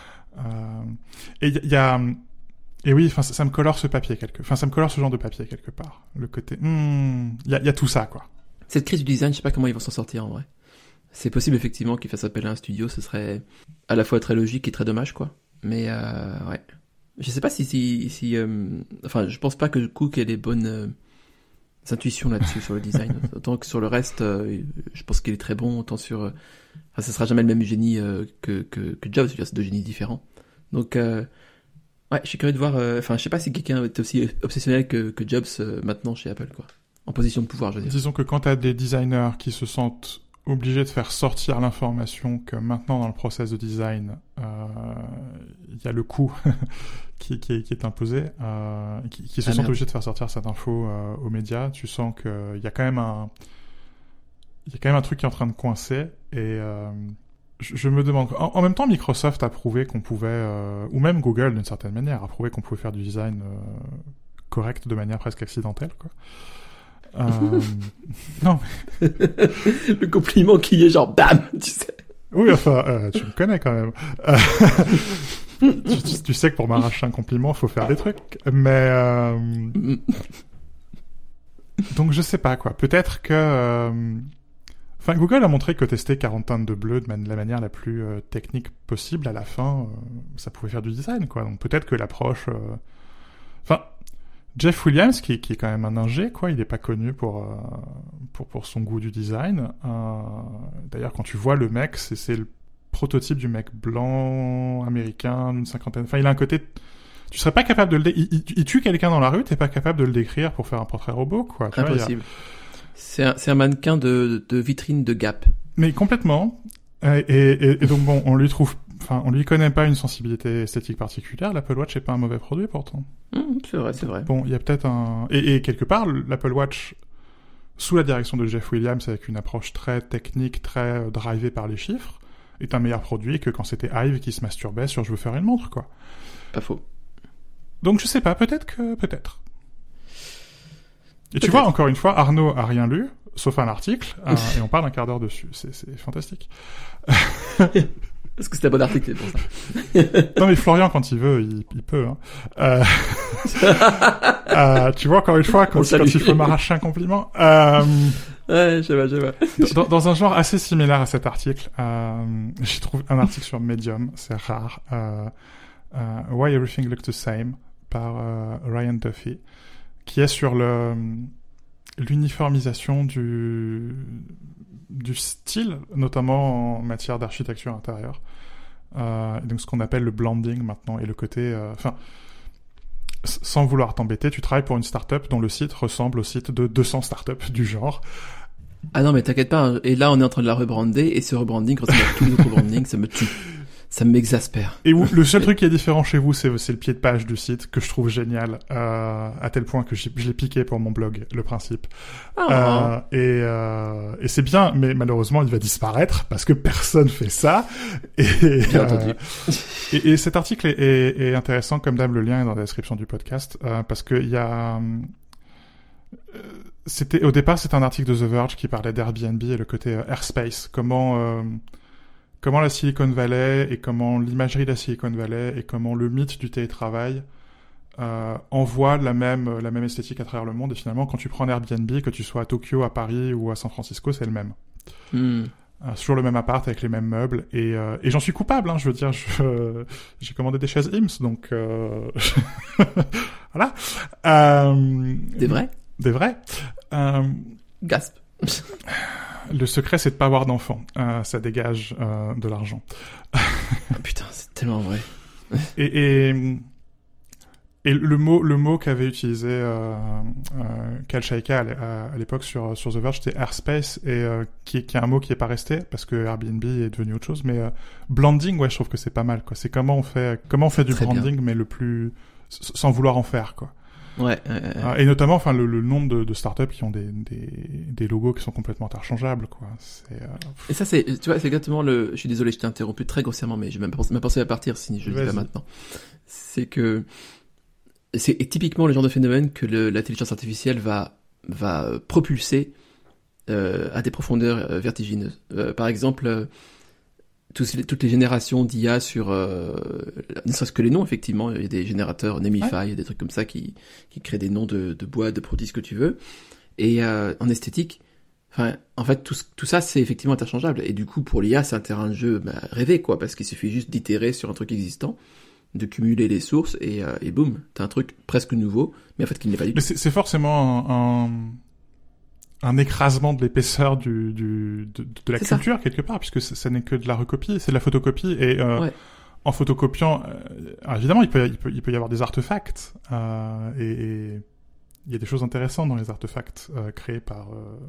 Et oui, enfin, ça me colore ce papier ça me colore ce genre de papier quelque part. Le côté, il y a tout ça, quoi. Cette crise du design, je sais pas comment ils vont s'en sortir en vrai. C'est possible effectivement qu'ils fassent appel à un studio, ce serait à la fois très logique et très dommage, quoi. Mais ouais. Je sais pas enfin, je pense pas que Cook ait les bonnes intuitions là-dessus sur le design. Autant que sur le reste, je pense qu'il est très bon. Autant sur, enfin, ça sera jamais le même génie que Jobs. C'est deux génies différents. Donc, ouais, je suis curieux de voir. Enfin, je sais pas si quelqu'un est aussi obsessionnel que Jobs maintenant chez Apple, quoi. En position de pouvoir, je veux dire. Disons que quand t'as des designers qui se sentent obligé de faire sortir l'information que maintenant dans le process de design il y a le coût qui est imposé, qui se sentent obligés de faire sortir cette info aux médias, tu sens que il y a quand même un truc qui est en train de coincer, et je me demande, en même temps Microsoft a prouvé qu'on pouvait, ou même Google d'une certaine manière a prouvé qu'on pouvait faire du design correct de manière presque accidentelle, quoi. Non. Le compliment qui est genre bam, tu sais. Oui, enfin, tu me connais quand même. Tu sais que pour m'arracher un compliment, faut faire des trucs. Mais donc je sais pas, quoi. Peut-être que enfin, Google a montré que tester 40 teintes de bleu de la manière la plus technique possible, à la fin, ça pouvait faire du design, quoi. Donc peut-être que l'approche... Enfin, Jeff Williams, qui est quand même un ingé, quoi, il est pas connu pour son goût du design. D'ailleurs, quand tu vois le mec, c'est le prototype du mec blanc américain d'une cinquantaine. Enfin, il a un côté. Tu serais pas capable de il tue quelqu'un dans la rue, t'es pas capable de le décrire pour faire un portrait robot, quoi. Tu Impossible. C'est un mannequin de vitrine de Gap. Mais complètement. Et donc bon, on lui connaît pas une sensibilité esthétique particulière. L'Apple Watch est pas un mauvais produit pourtant. C'est vrai. Bon, il y a peut-être et quelque part l'Apple Watch sous la direction de Jeff Williams avec une approche très technique, très drivée par les chiffres, est un meilleur produit que quand c'était Ive qui se masturbait sur je veux faire une montre, quoi. Pas faux. Donc je sais pas, peut-être. Et tu vois, encore une fois, Arnaud a rien lu, sauf un article, et on parle un quart d'heure dessus. C'est fantastique. Parce que c'est un bon article, c'est pour ça. Non mais Florian, quand il veut, il peut. Hein. Tu vois, encore une fois, quand il faut m'arracher un compliment. Ouais, je vois. Dans un genre assez similaire à cet article, j'ai trouvé un article sur Medium, c'est rare. Why Everything Looks the Same par Ryan Duffy, qui est sur l'uniformisation du style, notamment en matière d'architecture intérieure. Donc ce qu'on appelle le blending maintenant, et le côté... sans vouloir t'embêter, tu travailles pour une start-up dont le site ressemble au site de 200 start-up du genre. Ah non, mais t'inquiète pas, hein. Et là on est en train de la rebrander, et ce rebranding, quand on a tous les autres rebrandings, ça me tue. Ça m'exaspère. Et le seul truc qui est différent chez vous, c'est le pied de page du site, que je trouve génial, à tel point que je l'ai piqué pour mon blog, le principe. Et c'est bien, mais malheureusement, il va disparaître, parce que personne fait ça. Bien entendu. Et cet article est intéressant, comme d'hab, le lien est dans la description du podcast, parce que il y a... au départ, c'était un article de The Verge qui parlait d'Airbnb et le côté airspace, comment la Silicon Valley et comment l'imagerie de la Silicon Valley et comment le mythe du télétravail envoie la même esthétique à travers le monde. Et finalement, quand tu prends un Airbnb, que tu sois à Tokyo, à Paris ou à San Francisco, c'est le même. Toujours le même appart avec les mêmes meubles. Et j'en suis coupable, hein, je veux dire, j'ai commandé des chaises IMSS, donc voilà. Des vrais. Gasp. Le secret, c'est de pas avoir d'enfants. Ça dégage de l'argent. Oh, putain, c'est tellement vrai. Et le mot qu'avait utilisé Cal Shaika à l'époque sur The Verge, c'était airspace, et qui est un mot qui est pas resté parce que Airbnb est devenu autre chose. Mais blending, ouais, je trouve que c'est pas mal, quoi. C'est comment on fait du Très branding, bien. mais le plus sans vouloir en faire, quoi. Ouais. Et notamment, enfin, le nombre de startups qui ont des logos qui sont complètement interchangeables, quoi. Et ça, tu vois, c'est exactement je suis désolé, je t'ai interrompu très grossièrement, mais j'ai même pensé à partir si je le dis là maintenant. C'est que, c'est typiquement le genre de phénomène que l'intelligence artificielle va propulser, à des profondeurs vertigineuses. Par exemple, toutes les générations d'IA sur ne serait-ce que les noms, effectivement, il y a des générateurs Nemify, il y a des trucs comme ça qui créent des noms de boîtes, de produits, ce que tu veux. Et en esthétique, en fait tout ça c'est effectivement interchangeable, et du coup pour l'IA c'est un terrain de jeu rêvé, quoi, parce qu'il suffit juste d'itérer sur un truc existant, de cumuler les sources, et boum, t'as un truc presque nouveau, mais en fait qui n'est pas du tout. Mais c'est forcément un écrasement de l'épaisseur de la culture, quelque part, puisque ça n'est que de la recopie, c'est de la photocopie, et en photocopiant, évidemment, il peut y avoir des artefacts, et il y a des choses intéressantes dans les artefacts créés par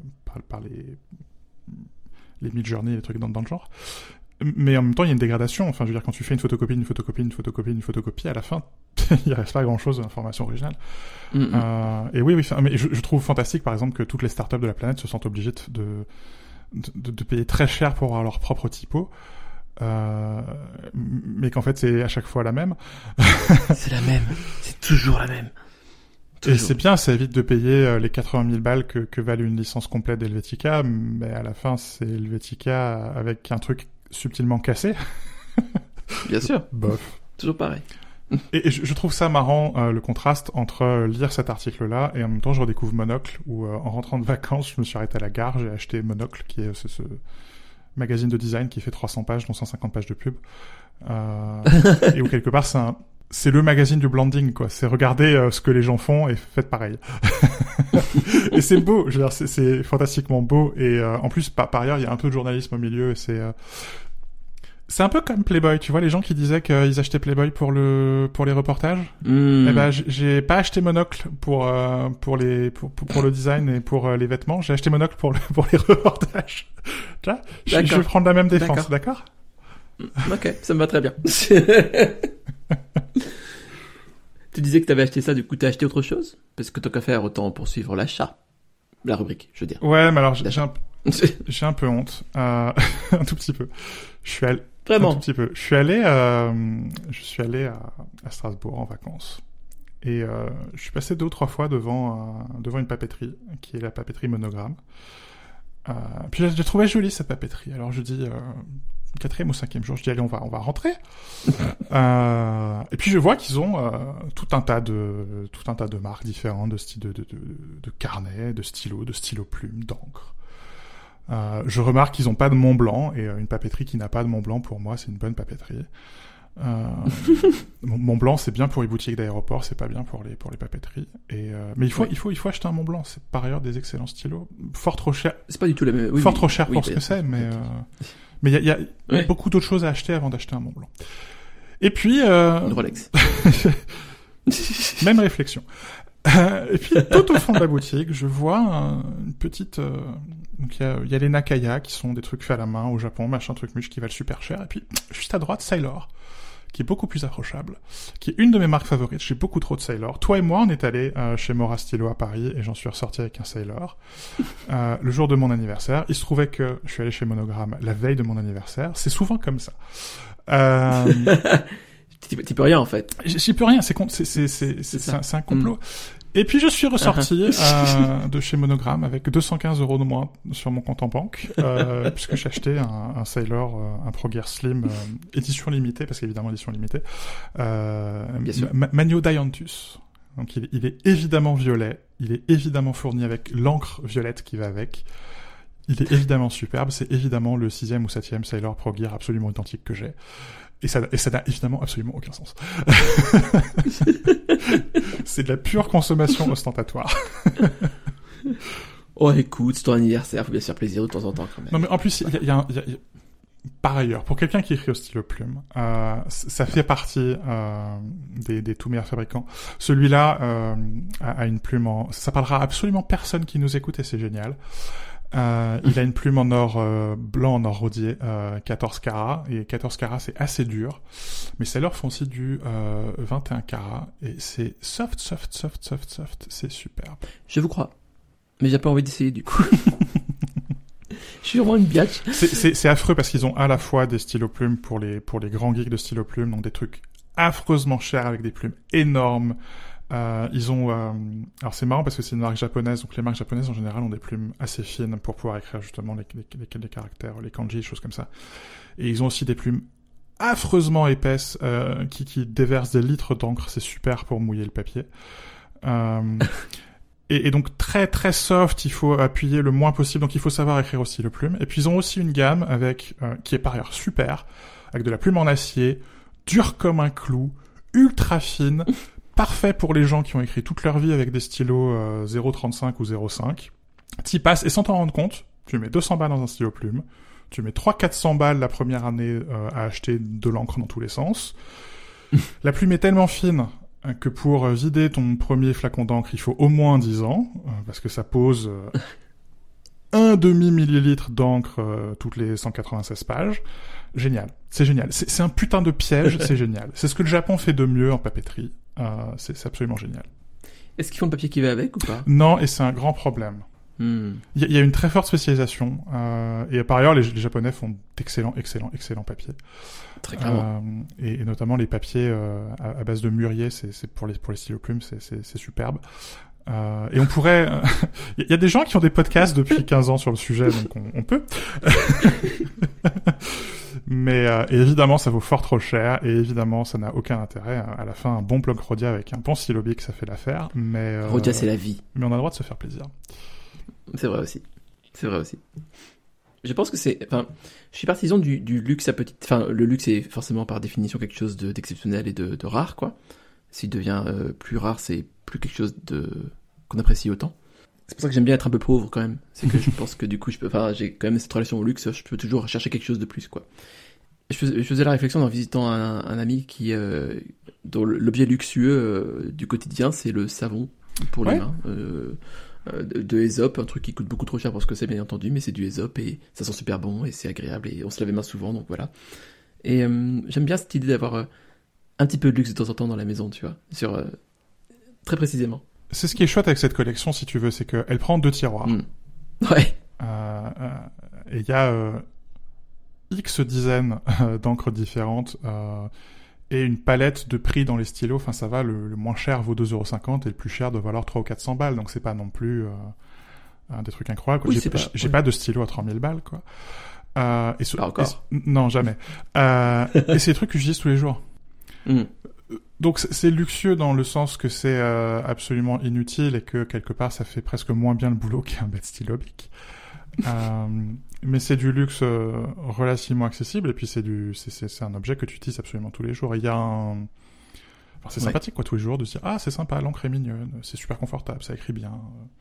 les Midjourney et les trucs dans le genre. Mais en même temps, il y a une dégradation. Enfin, je veux dire, quand tu fais une photocopie, à la fin, il reste pas grand-chose d'information originale. Et oui, mais je trouve fantastique, par exemple, que toutes les startups de la planète se sentent obligées de payer très cher pour avoir leur propre typo. Mais qu'en fait, c'est à chaque fois la même. C'est la même. C'est toujours la même. Toujours. Et c'est bien, ça évite de payer les 80 000 balles que valent une licence complète d'Helvetica, mais à la fin, c'est Helvetica avec un truc subtilement cassé. Bien sûr. Bof. Toujours pareil. Et je trouve ça marrant, le contraste entre lire cet article-là et en même temps je redécouvre Monocle, où en rentrant de vacances, je me suis arrêté à la gare, j'ai acheté Monocle, qui est ce magazine de design qui fait 300 pages, dont 150 pages de pub. Et où quelque part c'est le magazine du blending, quoi. C'est regarder ce que les gens font et faites pareil. Et c'est beau, je veux dire, c'est fantastiquement beau. Et en plus, par ailleurs, il y a un peu de journalisme au milieu. Et c'est un peu comme Playboy, tu vois, les gens qui disaient qu'ils achetaient Playboy pour les reportages. Eh ben, j'ai pas acheté Monocle pour le design et pour les vêtements. J'ai acheté Monocle pour les reportages. Tu vois, je vais prendre la même défense, d'accord? Ok, ça me va très bien. Tu disais que t'avais acheté ça, du coup t'as acheté autre chose? Parce que tant qu'à faire, autant poursuivre l'achat. La rubrique, je veux dire. Ouais, mais alors j'ai un peu honte. Un tout petit peu. Vraiment? Un tout petit peu. Je suis allé à Strasbourg en vacances. Et je suis passé 2 ou 3 fois devant une papeterie, qui est la papeterie Monogramme. Puis j'ai trouvé jolie cette papeterie. Alors je dis... 4e ou 5e jour, je dis allez, on va rentrer. Et puis je vois qu'ils ont tout un tas de marques différentes, de styles de carnets, de stylos plumes, d'encre. Je remarque qu'ils ont pas de Mont Blanc, et une papeterie qui n'a pas de Mont Blanc, pour moi, c'est une bonne papeterie. Mont Blanc, c'est bien pour les boutiques d'aéroport, c'est pas bien pour les papeteries. Mais il faut acheter un Mont Blanc. C'est par ailleurs des excellents stylos, fort trop cher. C'est pas du tout la même. Fort trop cher pour ce que c'est, mais il y a beaucoup d'autres choses à acheter avant d'acheter un Mont Blanc. Et puis une Rolex. Même réflexion. Et puis tout au fond de la boutique, je vois une petite. Donc il y a les Nakaya qui sont des trucs faits à la main au Japon, machin truc muche qui valent super cher. Et puis juste à droite, Sailor, qui est beaucoup plus approchable, qui est une de mes marques favorites. J'ai beaucoup trop de Sailor. Toi et moi, on est allés chez Mora Stylo à Paris et j'en suis ressorti avec un Sailor. Le jour de mon anniversaire, il se trouvait que je suis allé chez Monogramme la veille de mon anniversaire. C'est souvent comme ça. Tu peux rien en fait. J'y peux rien. C'est un complot. Et puis je suis ressorti de chez Monogramme avec 215 € de moins sur mon compte en banque, puisque j'ai acheté un Sailor, un Pro Gear Slim édition limitée, parce qu'évidemment édition limitée, Magno Dianthus. Donc il est évidemment violet, il est évidemment fourni avec l'encre violette qui va avec. Il est évidemment superbe, c'est évidemment le 6e ou 7e Sailor Pro Gear absolument identique que j'ai. Et ça n'a évidemment absolument aucun sens. C'est de la pure consommation ostentatoire. Oh, écoute, c'est ton anniversaire, faut bien se faire plaisir de temps en temps quand même. Non, mais en plus, il y a par ailleurs, pour quelqu'un qui écrit au stylo plume, ça fait partie des tout meilleurs fabricants. Celui-là a une plume ça parlera absolument personne qui nous écoute et c'est génial. Il a une plume en or blanc, en or rodier, 14 carats, et 14 carats c'est assez dur, mais Sailor font aussi du 21 carats, et c'est soft, c'est superbe. Je vous crois, mais j'ai pas envie d'essayer du coup. Je suis vraiment une biatch. C'est affreux parce qu'ils ont à la fois des stylos plumes pour les grands geeks de stylos plumes, donc des trucs affreusement chers avec des plumes énormes. Ils ont alors c'est marrant parce que c'est une marque japonaise, donc les marques japonaises en général ont des plumes assez fines pour pouvoir écrire justement les caractères, les kanji, choses comme ça. Et ils ont aussi des plumes affreusement épaisses qui déversent des litres d'encre, c'est super pour mouiller le papier. Et donc très très soft, il faut appuyer le moins possible, donc il faut savoir écrire aussi le plume. Et puis ils ont aussi une gamme avec qui est par ailleurs super, avec de la plume en acier, dure comme un clou, ultra fine. Parfait pour les gens qui ont écrit toute leur vie avec des stylos 0,35 ou 0,5. T'y passes, et sans t'en rendre compte, tu mets 200 balles dans un stylo plume, tu mets 300-400 balles la première année à acheter de l'encre dans tous les sens. La plume est tellement fine que pour vider ton premier flacon d'encre, il faut au moins 10 ans, parce que ça pose un demi-millilitre d'encre toutes les 196 pages. Génial, c'est génial. C'est un putain de piège, c'est génial. C'est ce que le Japon fait de mieux en papeterie. C'est absolument génial. Est-ce qu'ils font le papier qui va avec ou pas? Non, et c'est un grand problème. Il y a une très forte spécialisation, et par ailleurs les Japonais font d'excellents papiers. Très clairement. Et notamment les papiers à base de mûrier, c'est pour les stylos plumes, c'est superbe. Et on pourrait... Il y a des gens qui ont des podcasts depuis 15 ans sur le sujet, donc on peut. Mais évidemment, ça vaut fort trop cher, et évidemment, ça n'a aucun intérêt. À la fin, un bon bloc Rhodia avec un bon stylo bic, ça fait l'affaire. Mais Rhodia, c'est la vie. Mais on a le droit de se faire plaisir. C'est vrai aussi. Je pense que enfin, je suis partisan du luxe à petite, enfin, le luxe est forcément par définition quelque chose d'exceptionnel et de rare, quoi. S'il devient plus rare, c'est plus quelque chose qu'on apprécie autant. C'est pour ça que j'aime bien être un peu pauvre quand même. C'est que je pense que du coup, j'ai quand même cette relation au luxe, je peux toujours chercher quelque chose de plus, quoi. Je faisais la réflexion en visitant un ami dont l'objet luxueux du quotidien, c'est le savon pour les mains. De Aesop, un truc qui coûte beaucoup trop cher pour ce que c'est, bien entendu, mais c'est du Aesop et ça sent super bon et c'est agréable et on se lave les mains souvent, donc voilà. Et j'aime bien cette idée d'avoir un petit peu de luxe de temps en temps dans la maison, tu vois, très précisément. C'est ce qui est chouette avec cette collection, si tu veux, c'est qu'elle prend 2 tiroirs. Ouais. Et il y a X dizaines d'encres différentes et une palette de prix dans les stylos. Enfin, ça va, le moins cher vaut 2,50€ et le plus cher doit valoir 300 ou 400 balles. Donc, c'est pas non plus des trucs incroyables. Quoi. Oui, j'ai pas de stylo à 3000 balles, quoi. Pas encore. Non, jamais. Et c'est des trucs que j'utilise tous les jours. Donc, c'est luxueux dans le sens que c'est absolument inutile et que, quelque part, ça fait presque moins bien le boulot qu'un bête stylo bic. Mais c'est du luxe relativement accessible et puis c'est un objet que tu utilises absolument tous les jours. Et il y a enfin, c'est sympathique quoi tous les jours de se dire c'est sympa, l'encre est mignonne, c'est super confortable, ça écrit bien.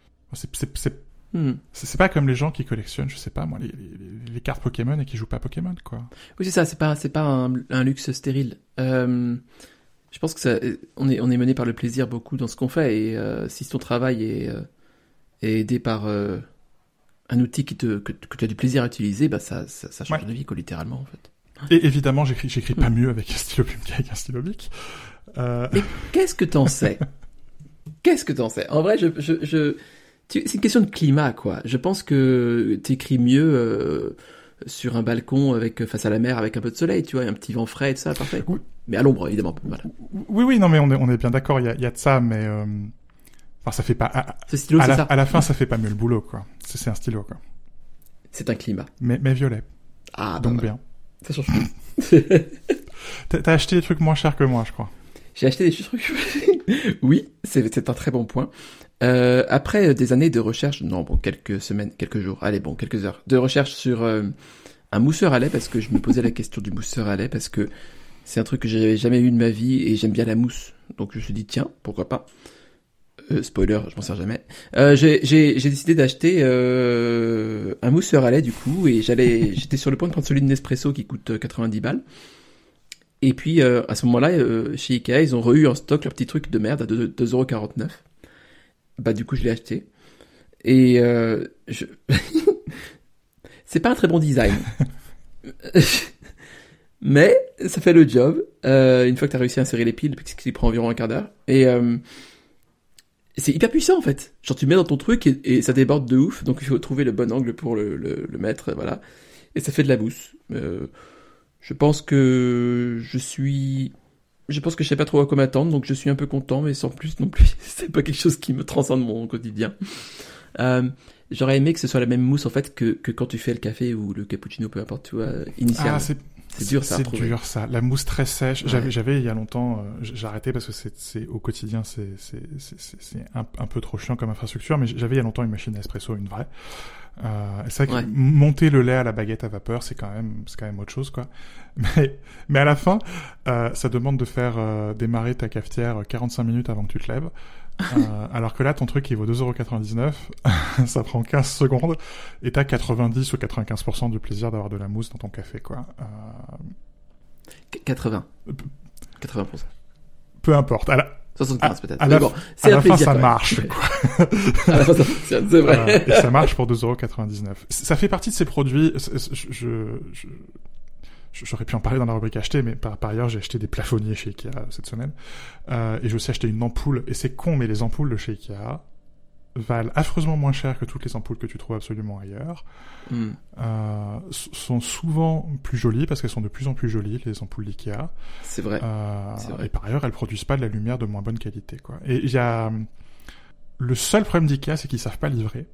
C'est pas comme les gens qui collectionnent, je sais pas moi, les cartes Pokémon et qui jouent pas à Pokémon quoi. Oui, c'est ça, c'est pas un luxe stérile. Je pense que on est mené par le plaisir beaucoup dans ce qu'on fait et si ton travail est aidé par un outil que tu as du plaisir à utiliser, bah ça change de vie, quoi, littéralement, en fait. Et évidemment, j'écris pas mieux avec un stylo plume qu'avec un stylo bic. Mais qu'est-ce que t'en sais? En vrai, c'est une question de climat, quoi. Je pense que t'écris mieux sur un balcon face à la mer avec un peu de soleil, tu vois, un petit vent frais et tout ça, parfait. Oui. Mais à l'ombre, évidemment. Voilà. Oui, non, mais on est bien d'accord, il y a de ça, mais enfin, ça fait pas. Ce stylo, c'est ça. À la fin, ça fait pas mieux le boulot, quoi. C'est un stylo, quoi. C'est un climat. Mais violet. Ah, donc bien. Ça change tout. T'as acheté des trucs moins chers que moi, je crois. J'ai acheté des trucs. Oui, c'est un très bon point. Après des années de recherche, quelques semaines, quelques jours, quelques heures de recherche sur un mousseur à lait, parce que je me posais la question du mousseur à lait, parce que c'est un truc que j'avais jamais eu de ma vie et j'aime bien la mousse. Donc je me suis dit, tiens, pourquoi pas. Spoiler, je m'en sers jamais. J'ai décidé d'acheter un mousseur à lait du coup et j'étais sur le point de prendre celui de Nespresso qui coûte 90 balles. Et puis à ce moment-là, chez Ikea, ils ont eu en stock leur petit truc de merde à 2,49€. Bah du coup, je l'ai acheté. Et c'est pas un très bon design. Mais ça fait le job. Une fois que t'as réussi à insérer les piles, ce qui prend environ un quart d'heure. Et c'est hyper puissant en fait. Genre tu mets dans ton truc et ça déborde de ouf, donc il faut trouver le bon angle pour le mettre, voilà. Et ça fait de la mousse. Je pense que je sais pas trop à quoi m'attendre, donc je suis un peu content, mais sans plus non plus. C'est pas quelque chose qui me transcende mon quotidien. J'aurais aimé que ce soit la même mousse en fait que quand tu fais le café ou le cappuccino, peu importe, tu vois, initialement. C'est dur ça. C'est dur ça. La mousse très sèche. Ouais. J'avais il y a longtemps, j'ai arrêté parce que c'est au quotidien c'est un peu trop chiant comme infrastructure, mais j'avais il y a longtemps une machine à espresso, une vraie. C'est vrai que monter le lait à la baguette à vapeur, c'est quand même autre chose quoi. Mais à la fin, ça demande de faire démarrer ta cafetière 45 minutes avant que tu te lèves. Alors que là, ton truc, il vaut 2,99€, ça prend 15 secondes, et t'as 90 ou 95% du plaisir d'avoir de la mousse dans ton café, quoi. 80%. Peu importe. 75 peut-être. À la fin, ça marche, quoi. À la fin, ça fonctionne, c'est vrai. Et ça marche pour 2,99€. Ça fait partie de ces produits, j'aurais pu en parler dans la rubrique acheter, mais par ailleurs, j'ai acheté des plafonniers chez Ikea cette semaine. Et j'ai aussi acheté une ampoule. Et c'est con, mais les ampoules de chez Ikea valent affreusement moins cher que toutes les ampoules que tu trouves absolument ailleurs. Sont souvent plus jolies, parce qu'elles sont de plus en plus jolies, les ampoules d'Ikea. C'est vrai. Et par ailleurs, elles produisent pas de la lumière de moins bonne qualité, quoi. Et il y a... Le seul problème d'Ikea, c'est qu'ils savent pas livrer.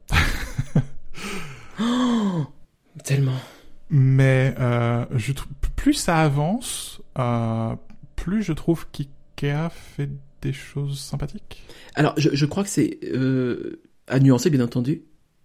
Oh, tellement... Mais plus ça avance, plus je trouve qu'IKEA fait des choses sympathiques. Alors, je crois que c'est à nuancer, bien entendu.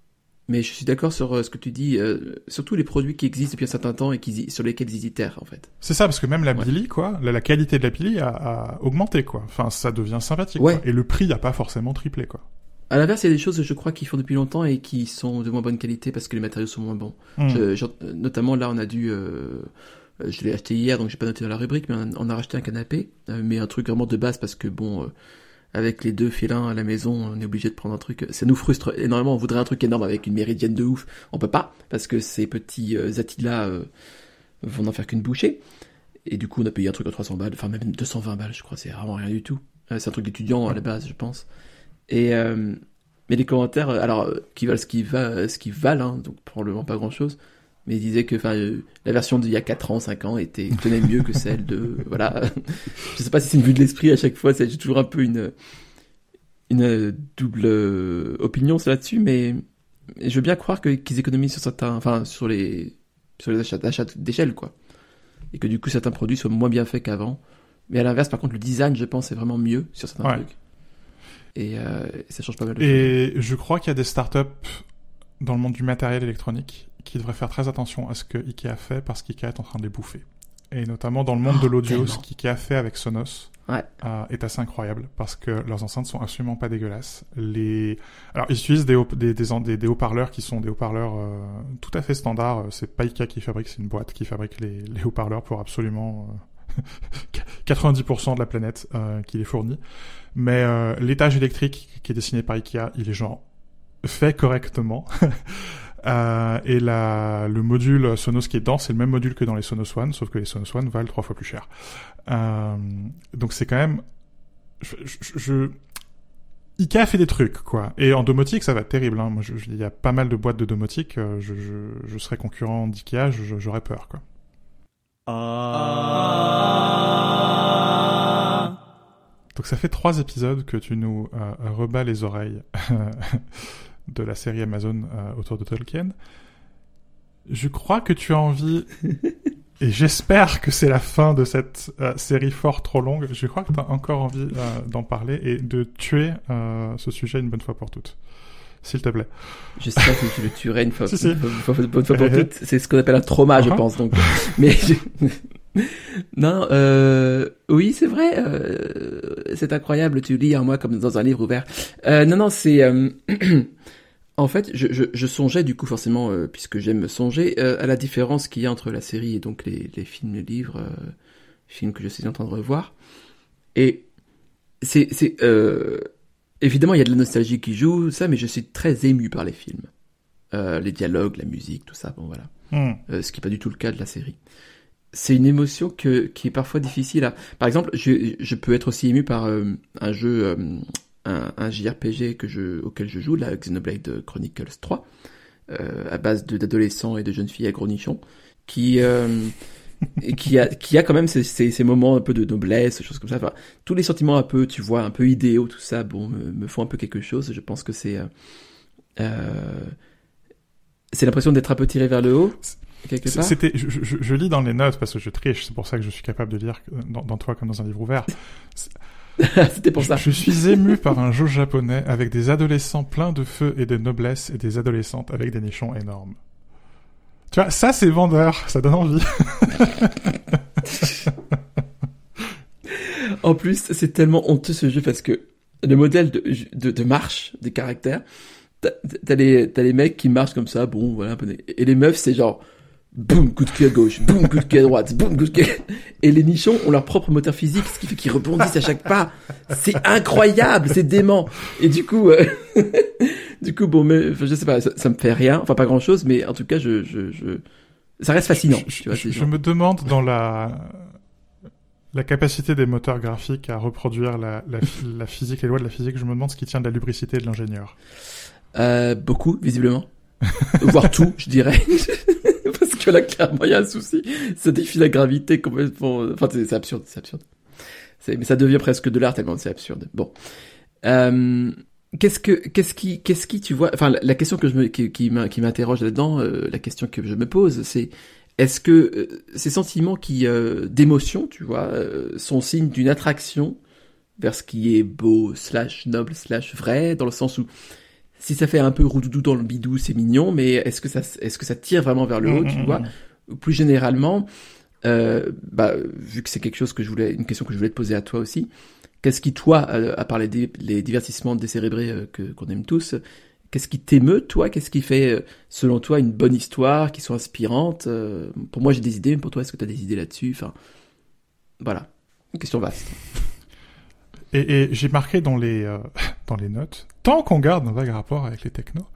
Mais je suis d'accord sur ce que tu dis, surtout les produits qui existent depuis un certain temps et sur lesquels ils itèrent, en fait. C'est ça, parce que même la Billy, quoi, la qualité de la Billy a augmenté, quoi. Enfin, ça devient sympathique, Ouais. quoi. Et le prix a pas forcément triplé, quoi. À l'inverse, il y a des choses, je crois, qu'ils font depuis longtemps et qui sont de moins bonne qualité parce que les matériaux sont moins bons. Notamment, là, on a dû... je l'ai acheté hier, donc j'ai pas noté dans la rubrique, mais on a racheté un canapé, mais un truc vraiment de base parce que, bon... avec les 2 félins à la maison, on est obligé de prendre un truc. Ça nous frustre énormément. On voudrait un truc énorme avec une méridienne de ouf. On peut pas, parce que ces petits Attila vont n'en faire qu'une bouchée. Et du coup, on a payé un truc à 300 balles, enfin même 220 balles, je crois. C'est vraiment rien du tout. C'est un truc d'étudiant à la base, je pense. Et mais les commentaires, alors qui valent ce qu'ils valent, hein, donc probablement pas grand chose. Mais ils disaient que la version d'il y a 4 ans, 5 ans tenait mieux que celle de... Voilà. Je sais pas si c'est une vue de l'esprit à chaque fois, j'ai toujours un peu une double opinion là-dessus, mais je veux bien croire qu'ils économisent sur certains... Enfin, sur les achats d'échelle, quoi. Et que du coup, certains produits soient moins bien faits qu'avant. Mais à l'inverse, par contre, le design, je pense, est vraiment mieux sur certains trucs. Et ça change pas mal de choses. Et je crois qu'il y a des startups dans le monde du matériel électronique qui devraient faire très attention à ce que Ikea fait parce qu'Ikea est en train de les bouffer. Et notamment dans le monde de l'audio, ce qu'Ikea fait avec Sonos est assez incroyable parce que leurs enceintes sont absolument pas dégueulasses. Alors ils utilisent des haut-parleurs qui sont des haut-parleurs tout à fait standards. C'est pas Ikea qui fabrique, c'est une boîte qui fabrique les haut-parleurs pour absolument 90% de la planète qui les fournit. Mais l'étage électrique qui est dessiné par Ikea, il est genre fait correctement. Et le module Sonos qui est dedans, c'est le même module que dans les Sonos One, sauf que les Sonos One valent 3 fois plus cher. Donc c'est quand même... Ikea fait des trucs, quoi. Et en domotique, ça va être terrible. Hein. Moi, il y a pas mal de boîtes de domotique. Je serais concurrent d'Ikea, j'aurais peur, quoi. Donc ça fait 3 épisodes que tu nous rebats les oreilles de la série Amazon autour de Tolkien. Je crois que tu as envie, et j'espère que c'est la fin de cette série fort trop longue, je crois que tu as encore envie d'en parler et de tuer ce sujet une bonne fois pour toutes. S'il te plaît. J'espère que tu le tuerais une fois, si. Une fois pour toutes. C'est ce qu'on appelle un trauma, je pense. Donc, mais non, oui, c'est vrai. C'est incroyable. Tu lis en moi comme dans un livre ouvert. Non, c'est. En fait, je songeais du coup forcément, puisque j'aime songer, à la différence qu'il y a entre la série et donc les films, les livres, films que je suis en train de revoir. Et c'est évidemment, il y a de la nostalgie qui joue, ça, mais je suis très ému par les films. Les dialogues, la musique, tout ça, bon voilà. Ce qui n'est pas du tout le cas de la série. C'est une émotion qui est parfois difficile à... Par exemple, je peux être aussi ému par un jeu, un JRPG auquel je joue, la Xenoblade Chronicles 3, à base d'adolescents et de jeunes filles à gros nichons, qui a quand même ces moments un peu de noblesse, choses comme ça. Enfin, tous les sentiments un peu, tu vois, un peu idéaux, tout ça, bon, me font un peu quelque chose. Je pense que c'est l'impression d'être un peu tiré vers le haut, quelque part. Je lis dans les notes parce que je triche. C'est pour ça que je suis capable de lire dans toi comme dans un livre ouvert. C'était pour ça. Je suis ému par un jeu japonais avec des adolescents pleins de feu et de noblesse et des adolescentes avec des nichons énormes. Tu vois, ça c'est vendeur, ça donne envie. En plus, c'est tellement honteux ce jeu parce que le modèle de marche des caractères, t'as les mecs qui marchent comme ça, bon, voilà, et les meufs c'est genre boum, coup de pied à gauche, boum, coup de pied à droite, boum, coup de pied... Et les nichons ont leur propre moteur physique, ce qui fait qu'ils rebondissent à chaque pas. C'est incroyable, c'est dément. Et du coup, bon, mais je sais pas, ça me fait rien, enfin pas grand chose, mais en tout cas, ça reste fascinant. Je me demande dans la capacité des moteurs graphiques à reproduire la physique, les lois de la physique, je me demande ce qui tient de la lubricité de l'ingénieur. Beaucoup, visiblement. Voire tout, je dirais. Parce que là, clairement, il y a un souci. Ça défie la gravité complètement... Enfin, c'est absurde. Mais ça devient presque de l'art tellement c'est absurde. Bon. Qu'est-ce qui, tu vois... Enfin, la question qui m'interroge là-dedans, la question que je me pose, c'est est-ce que ces sentiments d'émotion, tu vois, sont signes d'une attraction vers ce qui est beau, / noble, / vrai, dans le sens où si ça fait un peu roudoudou dans le bidou, c'est mignon, mais est-ce que ça tire vraiment vers le haut, tu vois? Plus généralement, vu que c'est quelque chose une question que je voulais te poser à toi aussi, qu'est-ce qui, toi, à part les divertissements décérébrés qu'on aime tous, qu'est-ce qui t'émeut, toi? Qu'est-ce qui fait, selon toi, une bonne histoire, qui soit inspirante? Pour moi, j'ai des idées, mais pour toi, est-ce que tu as des idées là-dessus? Enfin, voilà. Une question vaste. Et j'ai marqué dans les notes, tant qu'on garde un vague rapport avec les technos,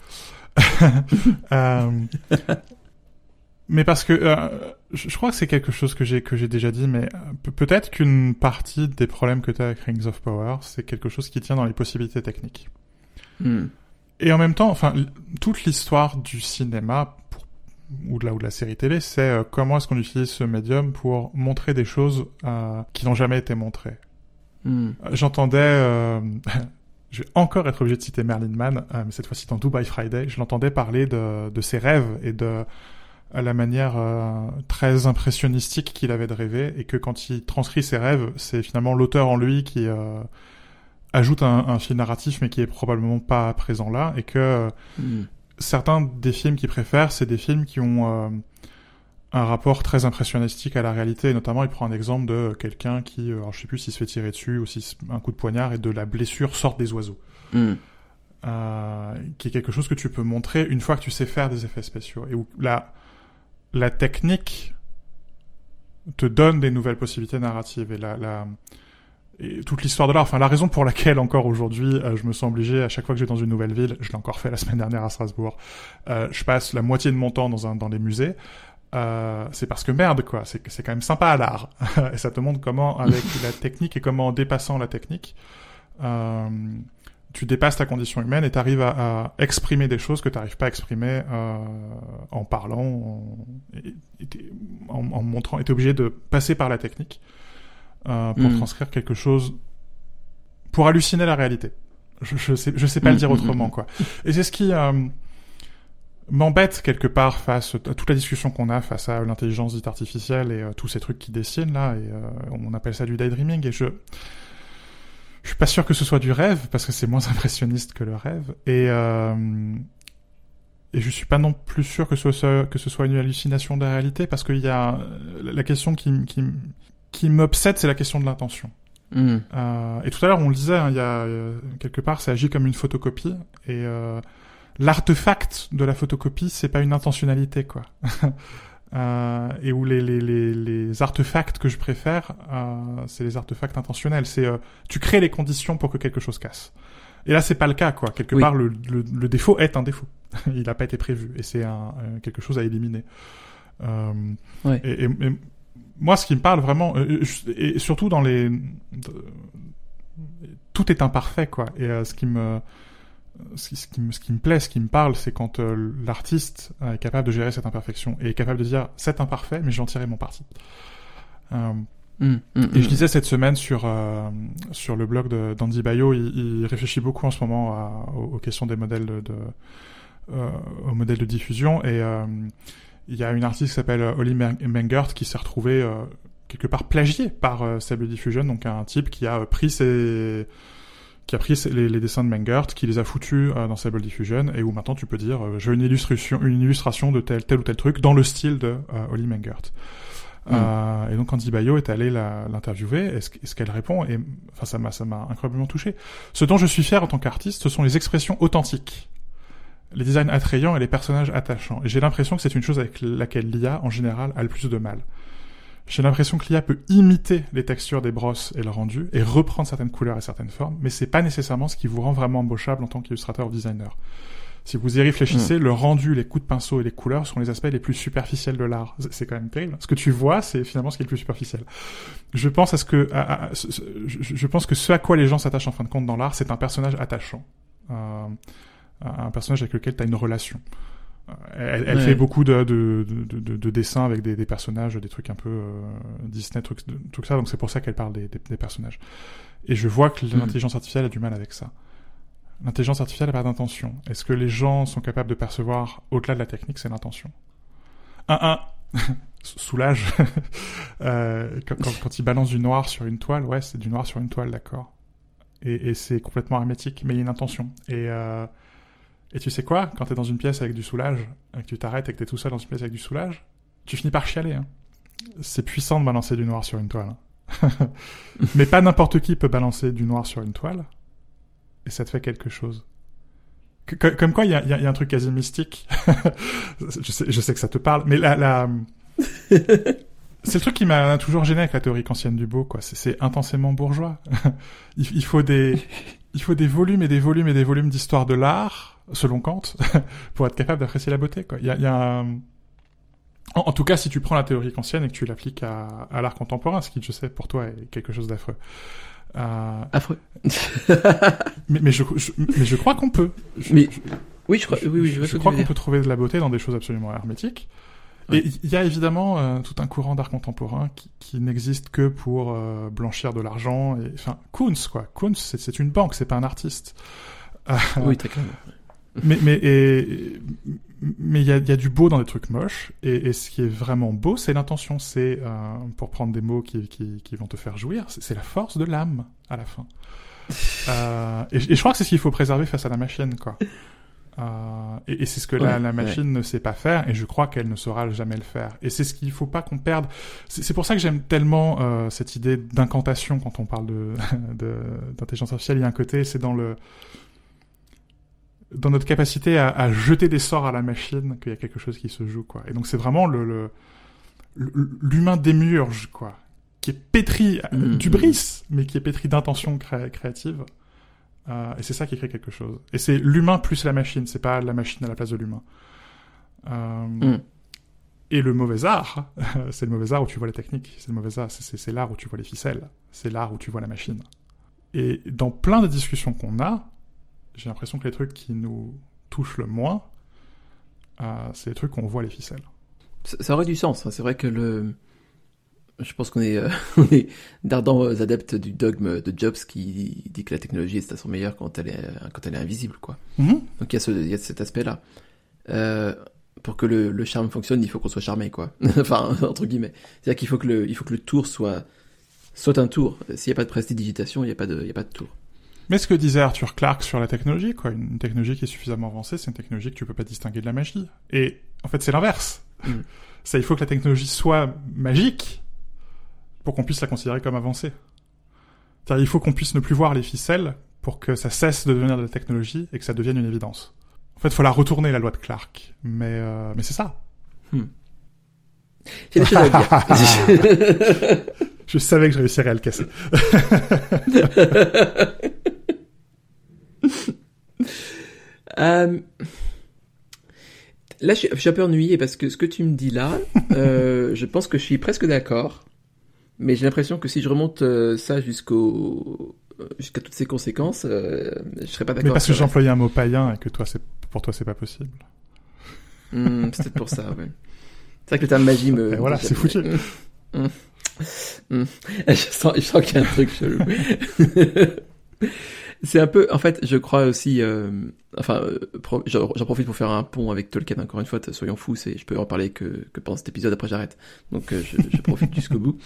mais parce que je crois que c'est quelque chose que j'ai déjà dit, mais peut-être qu'une partie des problèmes que tu as avec Rings of Power, c'est quelque chose qui tient dans les possibilités techniques. Et en même temps, enfin, toute l'histoire du cinéma ou de la série télé, c'est comment est-ce qu'on utilise ce médium pour montrer des choses qui n'ont jamais été montrées. J'entendais, je vais encore être obligé de citer Merlin Mann, mais cette fois-ci dans Dubai Friday, je l'entendais parler de ses rêves et de la manière très impressionnistique qu'il avait de rêver, et que quand il transcrit ses rêves, c'est finalement l'auteur en lui qui ajoute un fil narratif, mais qui est probablement pas présent là, et que certains des films qu'il préfère, c'est des films qui ont un rapport très impressionnistique à la réalité. Et notamment, il prend un exemple de quelqu'un qui, alors je sais plus s'il se fait tirer dessus ou si un coup de poignard et de la blessure sortent des oiseaux. Qui est quelque chose que tu peux montrer une fois que tu sais faire des effets spéciaux. Et où la technique te donne des nouvelles possibilités narratives. Et toute l'histoire de l'art, enfin la raison pour laquelle encore aujourd'hui je me sens obligé, à chaque fois que je vais dans une nouvelle ville, je l'ai encore fait la semaine dernière à Strasbourg, je passe la moitié de mon temps dans les musées, c'est parce que merde quoi, c'est quand même sympa à l'art. Et ça te montre comment avec la technique et comment en dépassant la technique tu dépasses ta condition humaine et t'arrives à exprimer des choses que t'arrives pas à exprimer en parlant, en montrant, et t'es obligé de passer par la technique pour transcrire quelque chose, pour halluciner la réalité. Je sais pas le dire autrement quoi. Et c'est ce qui m'embête quelque part face à toute la discussion qu'on a face à l'intelligence dite artificielle et tous ces trucs qui dessinent là, et on appelle ça du daydreaming, et je suis pas sûr que ce soit du rêve, parce que c'est moins impressionniste que le rêve, et je suis pas non plus sûr que ce soit une hallucination de la réalité, parce qu'il y a la question qui m'obsède, c'est la question de l'intention. Et tout à l'heure on le disait, hein, il y a quelque part ça agit comme une photocopie, et l'artefact de la photocopie, c'est pas une intentionnalité, quoi. Et où les artefacts que je préfère, c'est les artefacts intentionnels. C'est tu crées les conditions pour que quelque chose casse. Et là, c'est pas le cas, quoi. Quelque part, le défaut est un défaut. Il n'a pas été prévu, et c'est quelque chose à éliminer. Et moi, ce qui me parle vraiment, et surtout dans tout est imparfait, quoi. Et ce qui me plaît, ce qui me parle, c'est quand l'artiste est capable de gérer cette imperfection et est capable de dire c'est imparfait, mais j'en tirerai mon parti. Et je disais cette semaine sur le blog d'Andy Bayo, il réfléchit beaucoup en ce moment aux questions des modèles aux modèles de diffusion, et il y a une artiste qui s'appelle Ollie Mengert qui s'est retrouvée quelque part plagiée par Stable Diffusion, donc un type qui a pris les dessins de Mengert, qui les a foutus dans Stable Diffusion, et où maintenant tu peux dire je veux une illustration de tel ou tel truc dans le style de Ollie Mengert. Et donc Andy Bayo est allé l'interviewer, et ce qu'elle répond, et enfin ça m'a incroyablement touché. Ce dont je suis fier en tant qu'artiste, ce sont les expressions authentiques, les designs attrayants et les personnages attachants. Et j'ai l'impression que c'est une chose avec laquelle l'IA en général a le plus de mal. J'ai l'impression que l'IA peut imiter les textures des brosses et le rendu, et reprendre certaines couleurs et certaines formes, mais c'est pas nécessairement ce qui vous rend vraiment embauchable en tant qu'illustrateur ou designer. Si vous y réfléchissez, le rendu, les coups de pinceau et les couleurs sont les aspects les plus superficiels de l'art. C'est quand même terrible. Ce que tu vois, c'est finalement ce qui est le plus superficiel. Je pense je pense que ce à quoi les gens s'attachent en fin de compte dans l'art, c'est un personnage attachant. Un personnage avec lequel tu as une relation. Elle fait beaucoup de dessins avec des personnages, des trucs un peu Disney, trucs ça, donc c'est pour ça qu'elle parle des personnages. Et je vois que l'intelligence artificielle a du mal avec ça. L'intelligence artificielle n'a pas d'intention. Est-ce que les gens sont capables de percevoir, au-delà de la technique, c'est l'intention. Soulage. Quand il balance du noir sur une toile, ouais, c'est du noir sur une toile, d'accord. Et c'est complètement hermétique, mais il y a une intention. Et Et tu sais quoi? Quand t'es dans une pièce avec du soulage, et que tu t'arrêtes et que t'es tout seul dans une pièce avec du soulage, tu finis par chialer. Hein. C'est puissant de balancer du noir sur une toile. Hein. Mais pas n'importe qui peut balancer du noir sur une toile. Et ça te fait quelque chose. Comme quoi, il y a un truc quasi mystique. je sais que ça te parle, mais c'est le truc qui m'a toujours gêné avec la théorie kantienne du beau, quoi. C'est intensément bourgeois. il faut des volumes et des volumes et des volumes d'histoire de l'art, selon Kant, pour être capable d'apprécier la beauté, quoi. Il y a en tout cas, si tu prends la théorie kantienne et que tu l'appliques à l'art contemporain, ce qui, je sais, pour toi est quelque chose d'affreux. Affreux. mais je crois qu'on peut. Je crois qu'on peut trouver de la beauté dans des choses absolument hermétiques. Ouais. Et il y a évidemment tout un courant d'art contemporain qui n'existe que pour blanchir de l'argent. Enfin, Koons, quoi. Koons, c'est une banque, c'est pas un artiste. Oui, très clairement. Mais il y a du beau dans des trucs moches, et ce qui est vraiment beau, c'est l'intention. C'est, pour prendre des mots qui vont te faire jouir, c'est la force de l'âme à la fin. Et je crois que c'est ce qu'il faut préserver face à la machine, quoi. Et c'est ce que la machine ne sait pas faire, et je crois qu'elle ne saura jamais le faire. Et c'est ce qu'il faut pas qu'on perde. C'est pour ça que j'aime tellement cette idée d'incantation quand on parle d'intelligence artificielle. Il y a un côté, c'est dans notre capacité à jeter des sorts à la machine qu'il y a quelque chose qui se joue, quoi. Et donc c'est vraiment l'humain démiurge, quoi, qui est pétri d'hubris, mais qui est pétri d'intention créative. Et c'est ça qui crée quelque chose. Et c'est l'humain plus la machine, c'est pas la machine à la place de l'humain. Et le mauvais art, c'est le mauvais art où tu vois les techniques, c'est le mauvais art, c'est l'art où tu vois les ficelles, c'est l'art où tu vois la machine. Et dans plein de discussions qu'on a, j'ai l'impression que les trucs qui nous touchent le moins, c'est les trucs où on voit les ficelles. Ça aurait du sens, hein. C'est vrai que je pense qu'on est d'ardents adeptes du dogme de Jobs qui dit que la technologie est à son meilleur quand elle est invisible, quoi. Mm-hmm. Donc il y a cet aspect-là. Pour que le charme fonctionne, il faut qu'on soit charmé, quoi. Enfin, entre guillemets. C'est-à-dire qu'il faut que le tour soit un tour. S'il n'y a pas de prestidigitation, il n'y a pas de tour. Mais ce que disait Arthur Clarke sur la technologie, quoi, une technologie qui est suffisamment avancée, c'est une technologie que tu peux pas distinguer de la magie. Et en fait, c'est l'inverse. Ça, il faut que la technologie soit magique pour qu'on puisse la considérer comme avancée. C'est-à-dire, il faut qu'on puisse ne plus voir les ficelles pour que ça cesse de devenir de la technologie et que ça devienne une évidence. En fait, il faut la retourner, la loi de Clarke. Mais c'est ça. J'ai des choses à dire. Je savais que je réussirais à le casser. Là, je suis un peu ennuyé parce que ce que tu me dis là, je pense que je suis presque d'accord, mais j'ai l'impression que si je remonte ça jusqu'à toutes ces conséquences, je serais pas d'accord. Mais parce que j'employais un mot païen et que pour toi c'est pas possible. C'est peut-être pour ça, ouais. C'est vrai que le terme magie me... Et voilà, c'est foutu. Je sens qu'il y a un truc chelou. C'est un peu, en fait, je crois aussi, j'en profite pour faire un pont avec Tolkien, encore une fois, soyons fous, je peux en parler que pendant cet épisode, après j'arrête. Donc, je profite jusqu'au bout.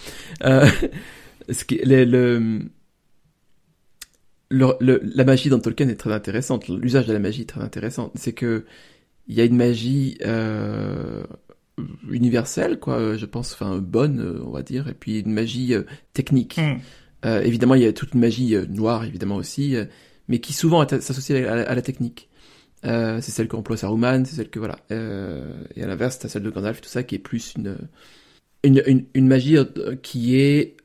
La magie dans Tolkien est très intéressante, l'usage de la magie est très intéressant. C'est que, il y a une magie, universelle, quoi, je pense, enfin, bonne, on va dire, et puis une magie technique. Évidemment, il y a toute une magie noire, évidemment aussi, mais qui souvent s'associe à la technique. C'est celle qu'emploie Saruman, c'est celle que, voilà. Et à l'inverse, t'as celle de Gandalf, tout ça, qui est plus une magie qui est,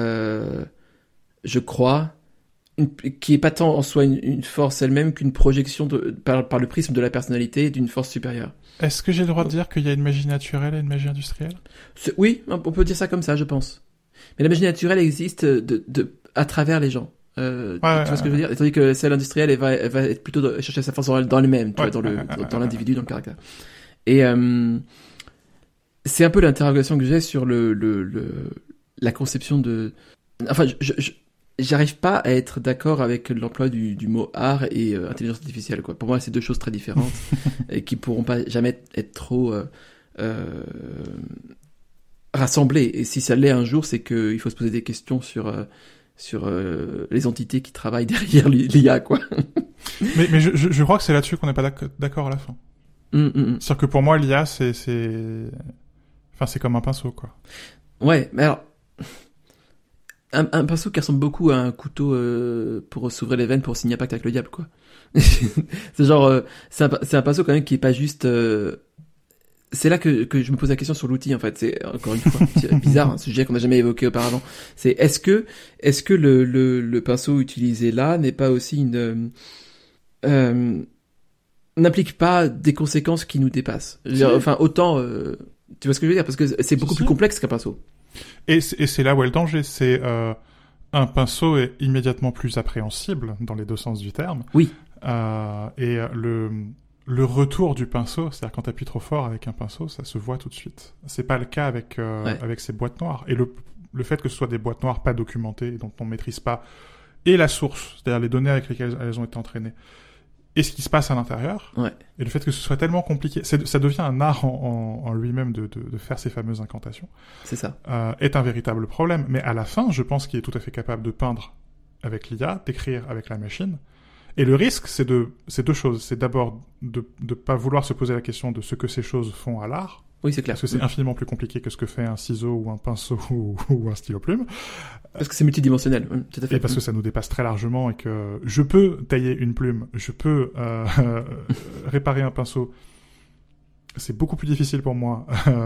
je crois, qui est pas tant en soi une force elle-même qu'une projection par le prisme de la personnalité d'une force supérieure. Est-ce que j'ai le droit de dire qu'il y a une magie naturelle et une magie industrielle ? Oui, on peut dire ça comme ça, je pense. Mais la magie naturelle existe à travers les gens. Tu vois ce que je veux dire ? Tandis que celle industrielle, elle va être plutôt chercher sa force dans elle-même, tu vois, dans l'individu, dans le caractère. Et c'est un peu l'interrogation que j'ai sur la conception de... Enfin, j'arrive pas à être d'accord avec l'emploi du mot art et intelligence artificielle, quoi. Pour moi, c'est deux choses très différentes et qui pourront pas jamais être trop rassemblées. Et si ça l'est un jour, c'est qu'il faut se poser des questions sur les entités qui travaillent derrière l'IA, quoi. Mais je crois que c'est là-dessus qu'on n'est pas d'accord à la fin. C'est-à-dire que pour moi, l'IA, c'est comme un pinceau, quoi. Ouais, mais alors, un pinceau qui ressemble beaucoup à un couteau pour s'ouvrir les veines pour signer un pacte avec le diable, quoi. C'est genre, c'est un pinceau quand même qui est pas juste. C'est là que je me pose la question sur l'outil, en fait. C'est encore une fois bizarre, un sujet qu'on n'a jamais évoqué auparavant. C'est est-ce que le pinceau utilisé là n'est pas aussi n'implique pas des conséquences qui nous dépassent. Enfin, autant, tu vois ce que je veux dire, parce que c'est beaucoup plus complexe qu'un pinceau. Et c'est là où est le danger. C'est un pinceau est immédiatement plus appréhensible dans les deux sens du terme. Oui. Et le retour du pinceau, c'est-à-dire quand t'appuies trop fort avec un pinceau, ça se voit tout de suite. C'est pas le cas avec ces boîtes noires. Et le fait que ce soit des boîtes noires pas documentées, dont on maîtrise pas, et la source, c'est-à-dire les données avec lesquelles elles ont été entraînées, et ce qui se passe à l'intérieur, et le fait que ce soit tellement compliqué, ça devient un art en lui-même de faire ces fameuses incantations. C'est ça. Est un véritable problème. Mais à la fin, je pense qu'il est tout à fait capable de peindre avec l'IA, d'écrire avec la machine. Et le risque, c'est deux choses. C'est d'abord de pas vouloir se poser la question de ce que ces choses font à l'art. Oui, c'est clair. Parce que c'est infiniment plus compliqué que ce que fait un ciseau ou un pinceau ou un stylo-plume. Parce que c'est multidimensionnel, tout à fait. Et parce que ça nous dépasse très largement et que je peux tailler une plume, je peux réparer un pinceau. C'est beaucoup plus difficile pour moi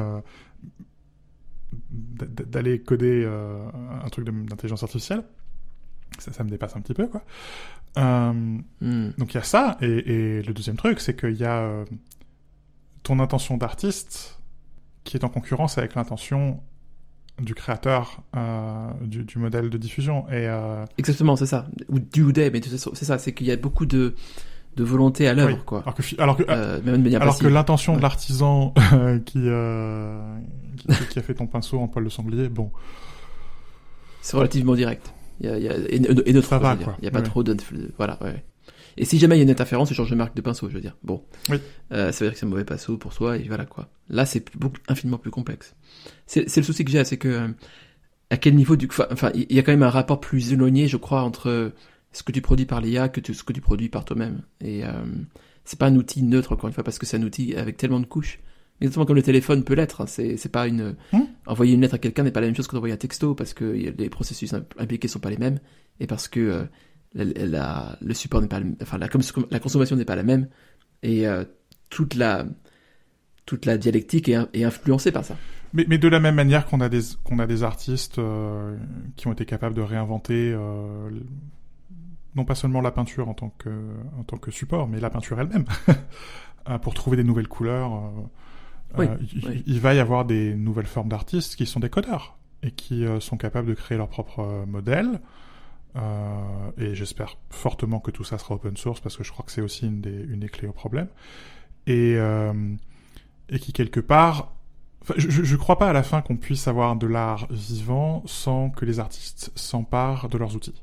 d'aller coder un truc d'intelligence artificielle. Ça me dépasse un petit peu, quoi. Donc il y a ça, et le deuxième truc, c'est qu'il y a ton intention d'artiste qui est en concurrence avec l'intention du créateur du modèle de diffusion. Et exactement, c'est ça. Ou du day, mais c'est ça, c'est qu'il y a beaucoup de volonté à l'œuvre, quoi. Alors que l'intention de l'artisan qui a fait ton pinceau en poil de sanglier, bon, c'est relativement direct. Il y a et notre ça va, quoi. Il y a pas trop de voilà, ouais. Et si jamais il y a une interférence, c'est changer de marque de pinceau, je veux dire. Bon. Oui. Ça veut dire que c'est un mauvais pinceau pour soi, et voilà, quoi. Là, c'est infiniment plus complexe. C'est le souci que j'ai, c'est que, à quel niveau enfin, il y a quand même un rapport plus éloigné, je crois, entre ce que tu produis par l'IA que ce que tu produis par toi-même. Et, c'est pas un outil neutre, encore une fois, parce que c'est un outil avec tellement de couches. Exactement comme le téléphone peut l'être. Hein. C'est pas envoyer une lettre à quelqu'un n'est pas la même chose que d'envoyer un texto, parce que les processus impliqués sont pas les mêmes, et parce que, le support n'est pas la consommation n'est pas la même, et toute la dialectique est influencée par ça. Mais de la même manière qu'on a des artistes qui ont été capables de réinventer non pas seulement la peinture en tant que support, mais la peinture elle-même pour trouver des nouvelles couleurs. Il va y avoir des nouvelles formes d'artistes qui sont des codeurs et qui sont capables de créer leur propre modèle. Et j'espère fortement que tout ça sera open source, parce que je crois que c'est aussi une des clés au problème. Et qui quelque part, je crois pas à la fin qu'on puisse avoir de l'art vivant sans que les artistes s'emparent de leurs outils.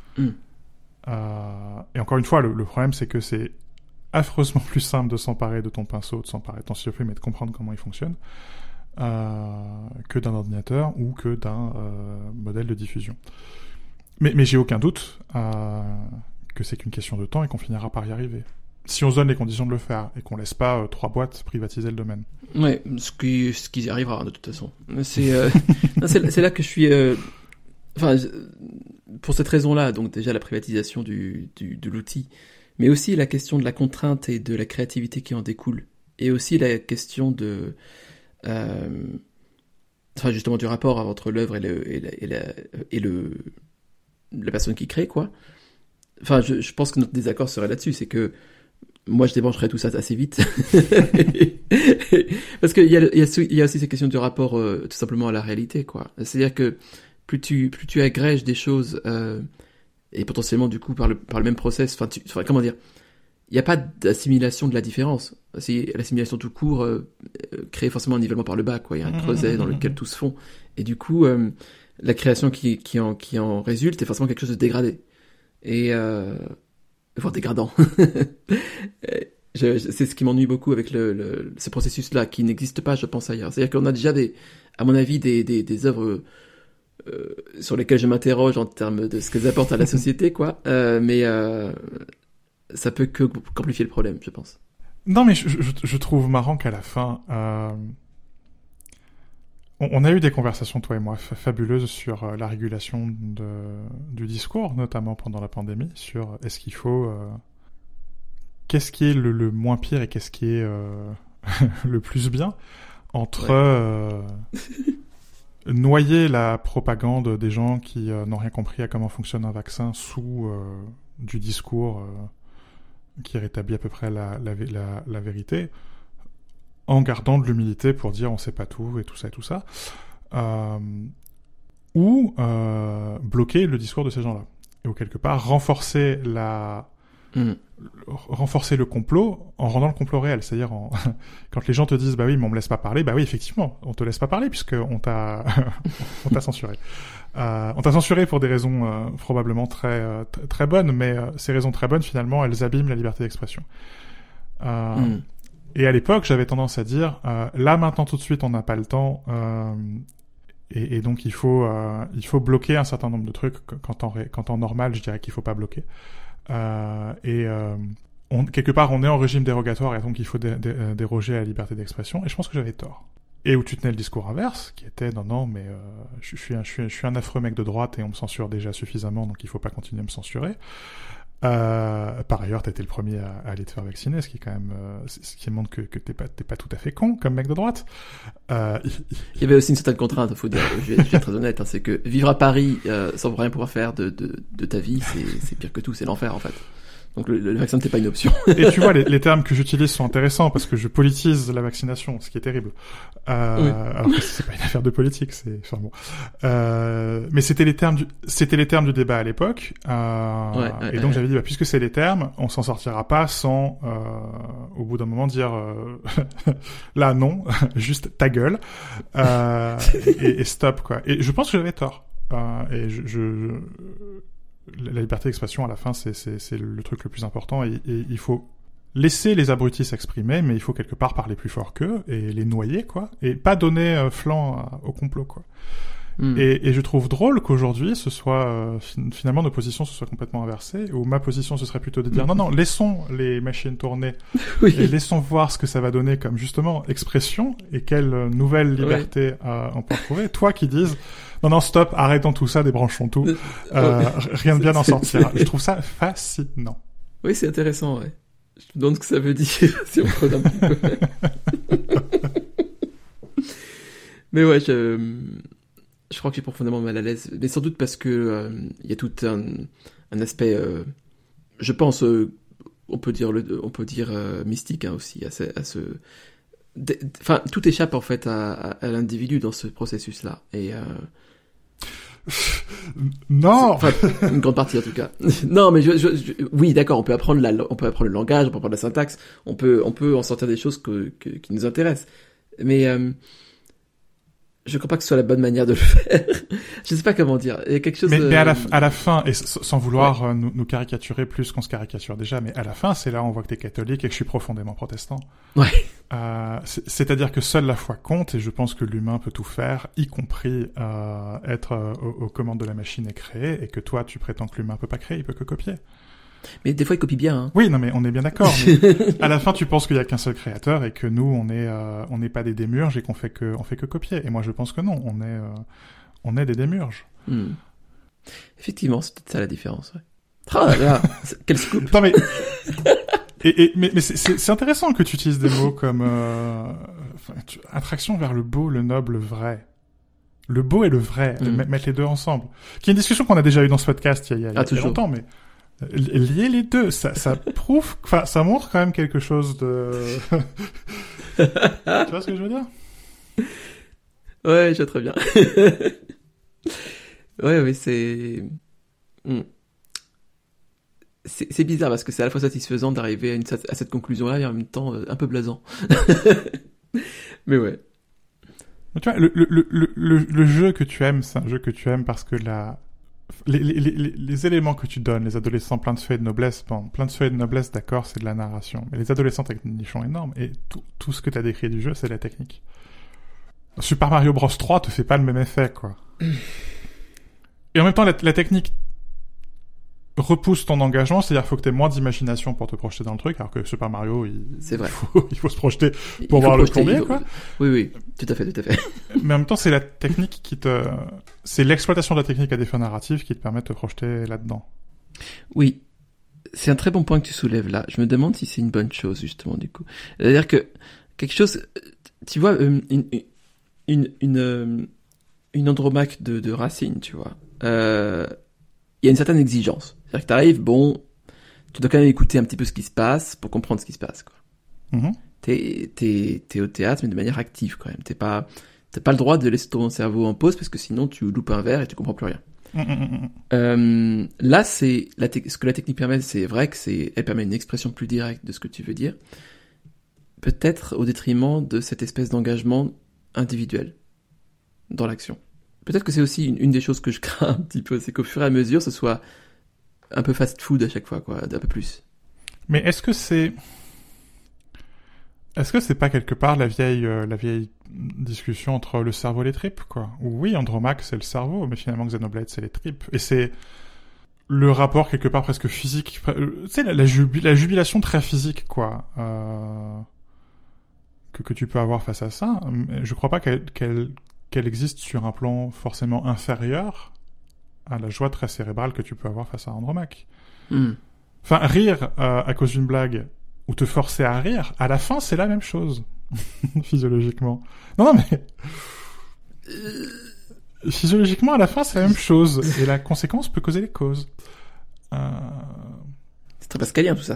Et encore une fois, le problème, c'est que c'est affreusement plus simple de s'emparer de ton pinceau, de s'emparer de ton stylo-plume et de comprendre comment il fonctionne que d'un ordinateur ou que d'un modèle de diffusion. Mais j'ai aucun doute que c'est qu'une question de temps et qu'on finira par y arriver. Si on se donne les conditions de le faire et qu'on laisse pas 3 boîtes privatiser le domaine. Ouais, ce qui arrivera de toute façon. C'est là que je suis. Enfin, pour cette raison-là, donc déjà la privatisation de l'outil, mais aussi la question de la contrainte et de la créativité qui en découle, et aussi la question de justement du rapport entre l'œuvre et la personne qui crée, quoi. Enfin, je pense que notre désaccord serait là-dessus, c'est que moi je débrancherais tout ça assez vite. Parce qu'il y a aussi cette question du rapport tout simplement à la réalité, quoi. C'est-à-dire que plus tu agrèges des choses et potentiellement du coup par le même process, enfin comment dire, il n'y a pas d'assimilation de la différence. L'assimilation tout court crée forcément un nivellement par le bas, quoi. Il y a un creuset dans lequel tout se fond, et du coup la création qui en résulte est forcément quelque chose de dégradé et voire dégradant. C'est ce qui m'ennuie beaucoup avec ce processus-là, qui n'existe pas, je pense, ailleurs. C'est-à-dire qu'on a déjà à mon avis, des œuvres sur lesquelles je m'interroge en termes de ce qu'elles apportent à la société, quoi. Mais ça peut que qu'amplifier le problème, je pense. Non, mais je trouve marrant qu'à la fin, on a eu des conversations, toi et moi, fabuleuses sur la régulation du discours, notamment pendant la pandémie, sur est-ce qu'il faut... qu'est-ce qui est le moins pire et qu'est-ce qui est le plus bien entre noyer la propagande des gens qui n'ont rien compris à comment fonctionne un vaccin sous du discours qui rétablit à peu près la vérité, en gardant de l'humilité pour dire on sait pas tout et tout ça et tout ça, ou bloquer le discours de ces gens-là, ou quelque part renforcer le complot en rendant le complot réel, c'est-à-dire quand les gens te disent bah oui mais on me laisse pas parler, bah oui effectivement on te laisse pas parler puisque on t'a censuré. On t'a censuré pour des raisons probablement très très bonnes, mais ces raisons très bonnes finalement elles abîment la liberté d'expression. Et à l'époque j'avais tendance à dire là maintenant tout de suite on n'a pas le temps et donc il faut bloquer un certain nombre de trucs quand en normal je dirais qu'il faut pas bloquer. Quelque part, on est en régime dérogatoire et donc il faut déroger à la liberté d'expression. Et je pense que j'avais tort. Et où tu tenais le discours inverse, qui était non, mais je suis un affreux mec de droite et on me censure déjà suffisamment, donc il faut pas continuer à me censurer. Par ailleurs, t'as été le premier à aller te faire vacciner, ce qui est quand même, ce qui montre que t'es pas tout à fait con comme mec de droite. Il y avait aussi une certaine contrainte, faut dire. Je vais être très honnête, hein, c'est que vivre à Paris sans rien pouvoir faire de ta vie, c'est pire que tout, c'est l'enfer en fait. Donc le vaccin n'était pas une option. Et tu vois, les termes que j'utilise sont intéressants parce que je politise la vaccination, ce qui est terrible. Oui. Alors que c'est pas une affaire de politique, enfin bon. Mais c'était les termes du débat à l'époque. Et donc j'avais dit, bah, puisque c'est les termes, on s'en sortira pas sans, au bout d'un moment dire, là non, juste ta gueule, et stop quoi. Et je pense que j'avais tort. Et la liberté d'expression à la fin c'est le truc le plus important et il faut laisser les abrutis s'exprimer mais il faut quelque part parler plus fort qu'eux et les noyer quoi et pas donner flanc au complot quoi. Et je trouve drôle qu'aujourd'hui ce soit finalement nos positions se soient complètement inversées où ma position ce serait plutôt de dire non laissons les machines tourner oui. Et laissons voir ce que ça va donner comme justement expression et quelle nouvelle liberté on peut trouver. Toi qui dises non, stop, arrêtons tout ça, débranchons tout. Rien de bien en sortira. Je trouve ça fascinant. Oui, c'est intéressant, ouais. Je me demande ce que ça veut dire, si on creuse un petit peu. Mais ouais, je crois que j'ai profondément mal à l'aise. Mais sans doute parce que y a tout un aspect, je pense, on peut dire mystique hein, aussi, à ce... Enfin, tout échappe en fait à l'individu dans ce processus-là. Et non. Enfin, une grande partie en tout cas. Non, mais oui, d'accord. On peut apprendre le langage, on peut apprendre la syntaxe, on peut en sortir des choses qui nous intéressent. Mais je crois pas que ce soit la bonne manière de le faire. Je sais pas comment dire. Il y a quelque chose. Mais à la fin, et sans vouloir nous caricaturer plus qu'on se caricature déjà, mais à la fin, c'est là où on voit que t'es catholique et que je suis profondément protestant. Ouais. C'est-à-dire que seule la foi compte, et je pense que l'humain peut tout faire, y compris être aux commandes de la machine et créer, et que toi, tu prétends que l'humain peut pas créer, il peut que copier. Mais des fois, il copie bien. Hein. Oui, non, mais on est bien d'accord. Mais à la fin, tu penses qu'il y a qu'un seul créateur et que nous, on n'est pas des démiurges et qu'on fait que copier. Et moi, je pense que non, on est des démiurges. Effectivement, c'est peut-être ça la différence. Ouais. Oh là, quel scoop. Non mais mais c'est intéressant que tu utilises des mots comme attraction vers le beau, le noble, le vrai. Le beau et le vrai, mettre les deux ensemble. Qui est une discussion qu'on a déjà eue dans ce podcast il y a longtemps, mais lier les deux, ça prouve, enfin, ça montre quand même quelque chose de... Tu vois ce que je veux dire? Ouais, je vois très bien. Ouais, c'est bizarre parce que c'est à la fois satisfaisant d'arriver à cette conclusion-là et en même temps un peu blasant. Mais ouais. Tu vois, le jeu que tu aimes, c'est un jeu que tu aimes parce que les éléments que tu donnes, les adolescents pleins de feuilles de noblesse, plein de feuilles de noblesse, d'accord, c'est de la narration. Mais les adolescents avec des nichons énormes, et tout ce que t'as décrit du jeu, c'est la technique. Super Mario Bros 3 te fait pas le même effet, quoi. Et en même temps, la technique repousse ton engagement, c'est-à-dire qu'il faut que tu aies moins d'imagination pour te projeter dans le truc, alors que Super Mario, c'est vrai. il faut se projeter pour voir le plombier, quoi. Oui, tout à fait. Mais en même temps, c'est la technique c'est l'exploitation de la technique à des fins narratives qui te permet de te projeter là-dedans. Oui. C'est un très bon point que tu soulèves là. Je me demande si c'est une bonne chose, justement, du coup. C'est-à-dire que quelque chose, tu vois, une Andromaque de Racine, tu vois, il y a une certaine exigence. C'est-à-dire que t'arrives, bon, tu dois quand même écouter un petit peu ce qui se passe pour comprendre ce qui se passe, quoi. Mm-hmm. T'es au théâtre, mais de manière active, quand même. T'as pas le droit de laisser ton cerveau en pause parce que sinon tu loupes un verre et tu comprends plus rien. Là, c'est ce que la technique permet, c'est vrai que elle permet une expression plus directe de ce que tu veux dire, peut-être au détriment de cette espèce d'engagement individuel dans l'action. Peut-être que c'est aussi une des choses que je crains un petit peu, c'est qu'au fur et à mesure, ce soit un peu fast-food à chaque fois, quoi, d'un peu plus. Mais est-ce que c'est pas quelque part la vieille discussion entre le cerveau et les tripes, quoi? Oui, Andromaque, c'est le cerveau, mais finalement Xenoblade, c'est les tripes. Et c'est le rapport quelque part presque physique, tu sais, la jubilation très physique, quoi, que tu peux avoir face à ça. Je crois pas qu'elle existe sur un plan forcément inférieur à la joie très cérébrale que tu peux avoir face à Andromaque. Enfin, rire à cause d'une blague ou te forcer à rire, à la fin, c'est la même chose. Physiologiquement. Non, mais... Physiologiquement, à la fin, c'est la même chose. Et la conséquence peut causer les causes. C'est très pascalien, tout ça.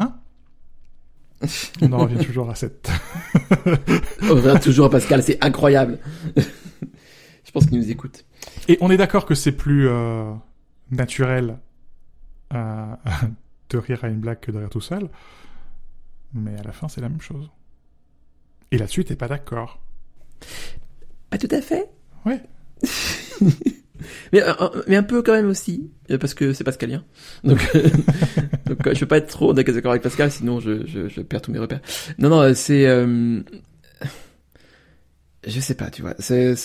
On en revient toujours à cette... On revient toujours à Pascal, c'est incroyable. Je pense qu'il nous écoute. Et on est d'accord que c'est plus naturel de rire à une blague que de rire tout seul. Mais à la fin, c'est la même chose. Et là-dessus, t'es pas d'accord. Pas tout à fait. Ouais. mais un peu quand même aussi, parce que c'est pascalien. Donc je peux pas être trop d'accord avec Pascal, sinon je perds tous mes repères. Non, c'est... je sais pas, tu vois.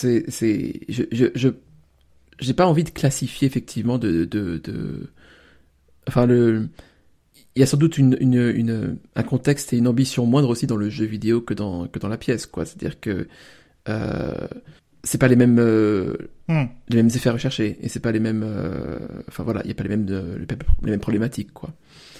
J'ai pas envie de classifier effectivement enfin il y a sans doute un contexte et une ambition moindre aussi dans le jeu vidéo que dans la pièce, quoi. C'est-à-dire que c'est pas les mêmes effets recherchés et c'est pas les mêmes enfin voilà, il y a pas les mêmes problématiques, quoi.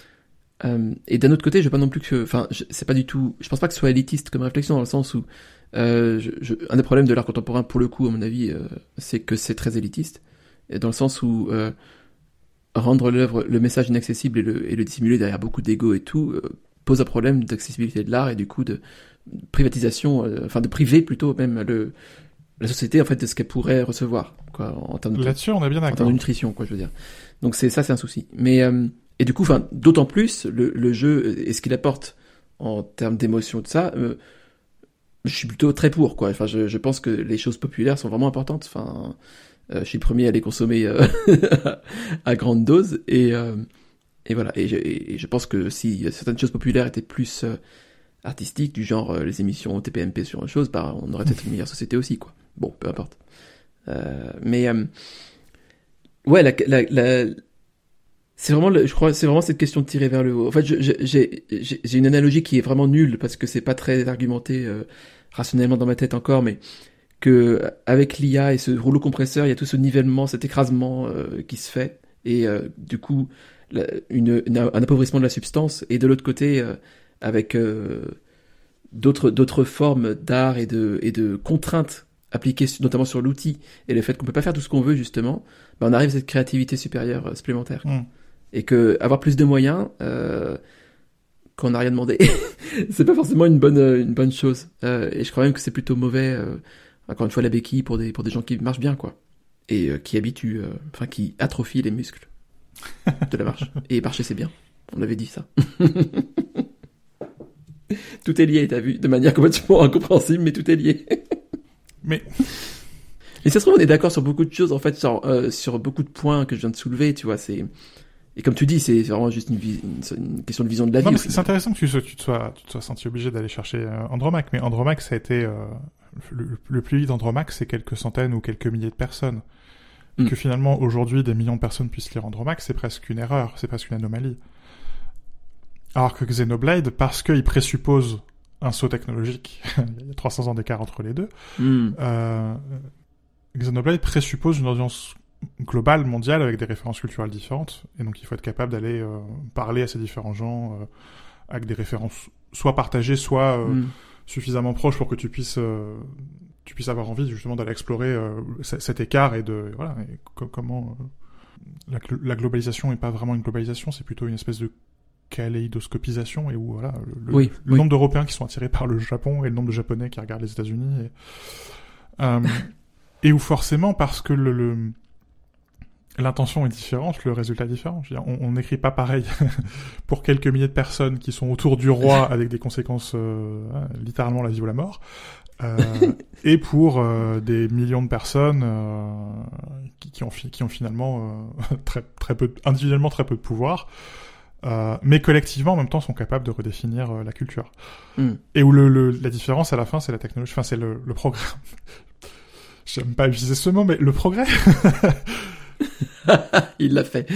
Et d'un autre côté, je veux pas non plus que c'est pas du tout, je pense pas que ce soit élitiste comme réflexion, dans le sens où un des problèmes de l'art contemporain, pour le coup, à mon avis, c'est que c'est très élitiste, et dans le sens où rendre le message inaccessible et le dissimuler derrière beaucoup d'ego et tout pose un problème d'accessibilité de l'art et du coup de privatisation, de priver plutôt même la société en fait de ce qu'elle pourrait recevoir, quoi, en termes de, là-dessus on est bien d'accord, en termes de nutrition, quoi, je veux dire. Donc c'est un souci. Mais et du coup, d'autant plus le jeu et ce qu'il apporte en termes d'émotion de ça. Je suis plutôt très pour, quoi. Enfin, je pense que les choses populaires sont vraiment importantes. Enfin, je suis le premier à les consommer à grande dose et voilà. Et je pense que si certaines choses populaires étaient plus artistiques, du genre les émissions TPMP sur une chose, on aurait peut-être une meilleure société aussi, quoi. Bon, peu importe. Mais ouais, c'est vraiment, je crois, c'est vraiment cette question de tirer vers le haut. En fait, j'ai une analogie qui est vraiment nulle parce que c'est pas très argumenté rationnellement dans ma tête encore, mais que avec l'IA et ce rouleau compresseur, il y a tout ce nivellement, cet écrasement qui se fait, et du coup un appauvrissement de la substance, et de l'autre côté avec d'autres formes d'art et de contraintes appliquées notamment sur l'outil et le fait qu'on peut pas faire tout ce qu'on veut, justement, on arrive à cette créativité supérieure supplémentaire. Et que avoir plus de moyens quand on n'a rien demandé, c'est pas forcément une bonne chose. Et je crois même que c'est plutôt mauvais, encore une fois, la béquille pour des gens qui marchent bien, quoi. Et qui atrophient les muscles de la marche. Et marcher, c'est bien. On avait dit ça. Tout est lié, t'as vu, de manière complètement incompréhensible, mais tout est lié. Mais ça se trouve, on est d'accord sur beaucoup de choses, en fait, sur beaucoup de points que je viens de soulever, tu vois, et comme tu dis, c'est vraiment juste une question de vision de la vie. Non, mais c'est intéressant que tu te sois senti obligé d'aller chercher Andromaque, mais Andromaque, ça a été le plus vite d'Andromaque, c'est quelques centaines ou quelques milliers de personnes. Et que finalement, aujourd'hui, des millions de personnes puissent lire Andromaque, c'est presque une erreur, c'est presque une anomalie. Alors que Xenoblade, parce qu'il présuppose un saut technologique, il y a 300 ans d'écart entre les deux, Xenoblade présuppose une audience globale, mondiale, avec des références culturelles différentes, et donc il faut être capable d'aller parler à ces différents gens avec des références soit partagées, soit suffisamment proches pour que tu puisses avoir envie justement d'aller explorer cet écart et de voilà et comment la globalisation n'est pas vraiment une globalisation, c'est plutôt une espèce de kaléidoscopisation, et où voilà le nombre d'Européens qui sont attirés par le Japon et le nombre de Japonais qui regardent les États-Unis et où forcément, parce que l'intention est différente, le résultat est différent. Je veux dire, on n'écrit pas pareil pour quelques milliers de personnes qui sont autour du roi avec des conséquences littéralement la vie ou la mort, et pour des millions de personnes qui ont finalement très peu, individuellement très peu de pouvoir, mais collectivement en même temps sont capables de redéfinir la culture. Et où la différence à la fin, c'est la technologie, enfin c'est le progrès. J'aime pas utiliser ce mot, mais le progrès. Il l'a fait.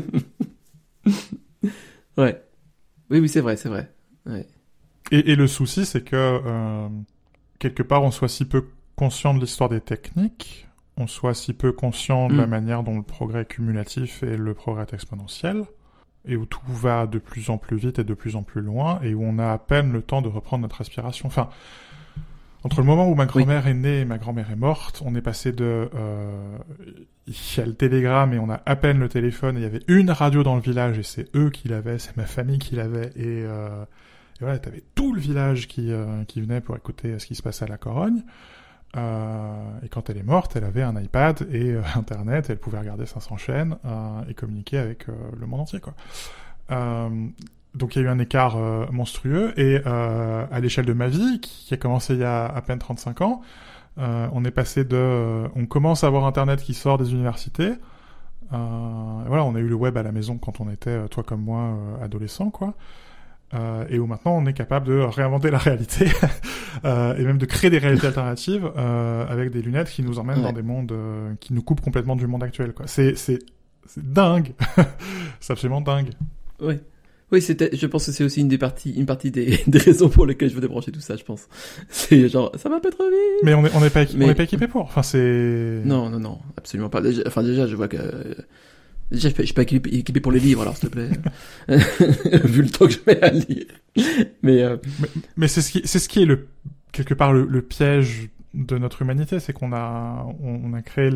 Ouais. Oui, c'est vrai. Ouais. Et le souci, c'est que quelque part, on soit si peu conscient de l'histoire des techniques, on soit si peu conscient de la manière dont le progrès est cumulatif et le progrès est exponentiel, et où tout va de plus en plus vite et de plus en plus loin, et où on a à peine le temps de reprendre notre respiration. Enfin, entre le moment où ma grand-mère est née et ma grand-mère est morte, on est passé de... il y a le télégramme et on a à peine le téléphone, et il y avait une radio dans le village, et c'est eux qui l'avaient, c'est ma famille qui l'avait, et voilà, t'avais tout le village qui venait pour écouter ce qui se passait à la Corogne. Et quand elle est morte, elle avait un iPad et Internet, et elle pouvait regarder 500 chaînes et communiquer avec le monde entier, quoi. Donc il y a eu un écart monstrueux, et à l'échelle de ma vie, qui a commencé il y a à peine 35 ans, on est passé on commence à avoir Internet qui sort des universités, voilà, on a eu le web à la maison quand on était, toi comme moi, adolescent, quoi. Et où maintenant on est capable de réinventer la réalité et même de créer des réalités alternatives avec des lunettes qui nous emmènent dans des mondes qui nous coupent complètement du monde actuel, quoi. C'est dingue. C'est absolument dingue. Oui, je pense que c'est aussi une partie des raisons pour lesquelles je veux débrancher tout ça, je pense. C'est genre, ça va un peu trop vite. Mais on n'est pas équipé pour. Enfin, c'est... Non, absolument pas. Déjà, je vois que... Déjà, je suis pas équipé pour les livres, alors, s'il te plaît. Vu le temps que je mets à lire. Mais c'est ce qui est quelque part le piège de notre humanité, c'est qu'on a créé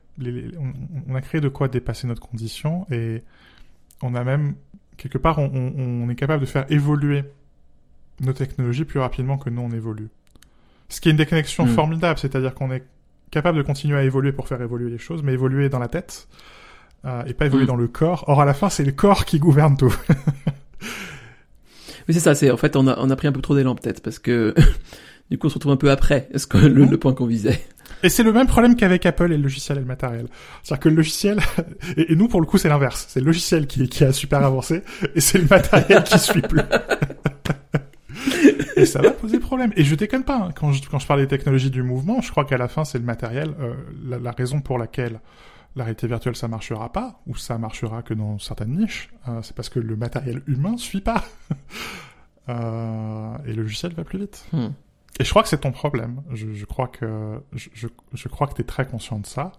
on a créé de quoi dépasser notre condition, et on a même, quelque part, on est capable de faire évoluer nos technologies plus rapidement que nous on évolue. Ce qui est une déconnexion formidable, c'est-à-dire qu'on est capable de continuer à évoluer pour faire évoluer les choses, mais évoluer dans la tête, et pas évoluer dans le corps. Or, à la fin, c'est le corps qui gouverne tout. Oui, c'est ça, en fait, on a pris un peu trop d'élan, peut-être, parce que, du coup, on se retrouve un peu après, le point qu'on visait. Et c'est le même problème qu'avec Apple et le logiciel et le matériel. C'est-à-dire que le logiciel, et nous, pour le coup, c'est l'inverse. C'est le logiciel qui a super avancé, et c'est le matériel qui suit plus. Et ça va poser problème. Et je déconne pas, hein. Quand je parle des technologies du mouvement, je crois qu'à la fin, c'est le matériel, la raison pour laquelle la réalité virtuelle, ça marchera pas, ou ça marchera que dans certaines niches, c'est parce que le matériel humain suit pas. Et le logiciel va plus vite. Et je crois que c'est ton problème. Je crois que t'es très conscient de ça.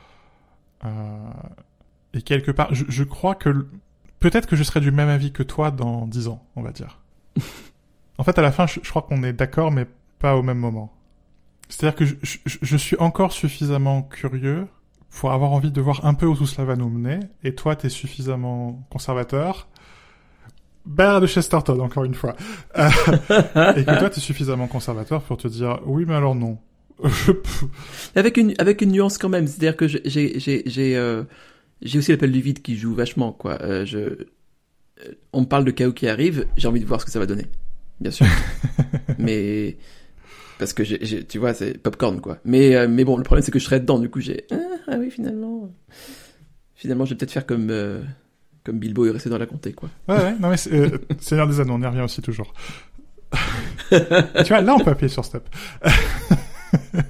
Et quelque part, je crois que peut-être que je serai du même avis que toi dans 10 ans, on va dire. En fait, à la fin, je crois qu'on est d'accord, mais pas au même moment. C'est-à-dire que je suis encore suffisamment curieux pour avoir envie de voir un peu où tout cela va nous mener, et toi, t'es suffisamment conservateur. Bernard de Chesterton, encore une fois. Et que toi, t'es suffisamment conservateur pour te dire, oui, mais alors non. Avec une nuance quand même, c'est-à-dire que j'ai aussi l'appel du vide qui joue vachement, quoi. On me parle de chaos qui arrive, j'ai envie de voir ce que ça va donner. Bien sûr. Mais, parce que tu vois, c'est popcorn, quoi. Mais bon, le problème, c'est que je serais dedans, du coup, ah oui, finalement, je vais peut-être faire comme Bilbo est resté dans la comté, quoi. Ouais, non mais Seigneur des Anneaux, on y revient aussi toujours. Tu vois, là on peut appuyer sur stop.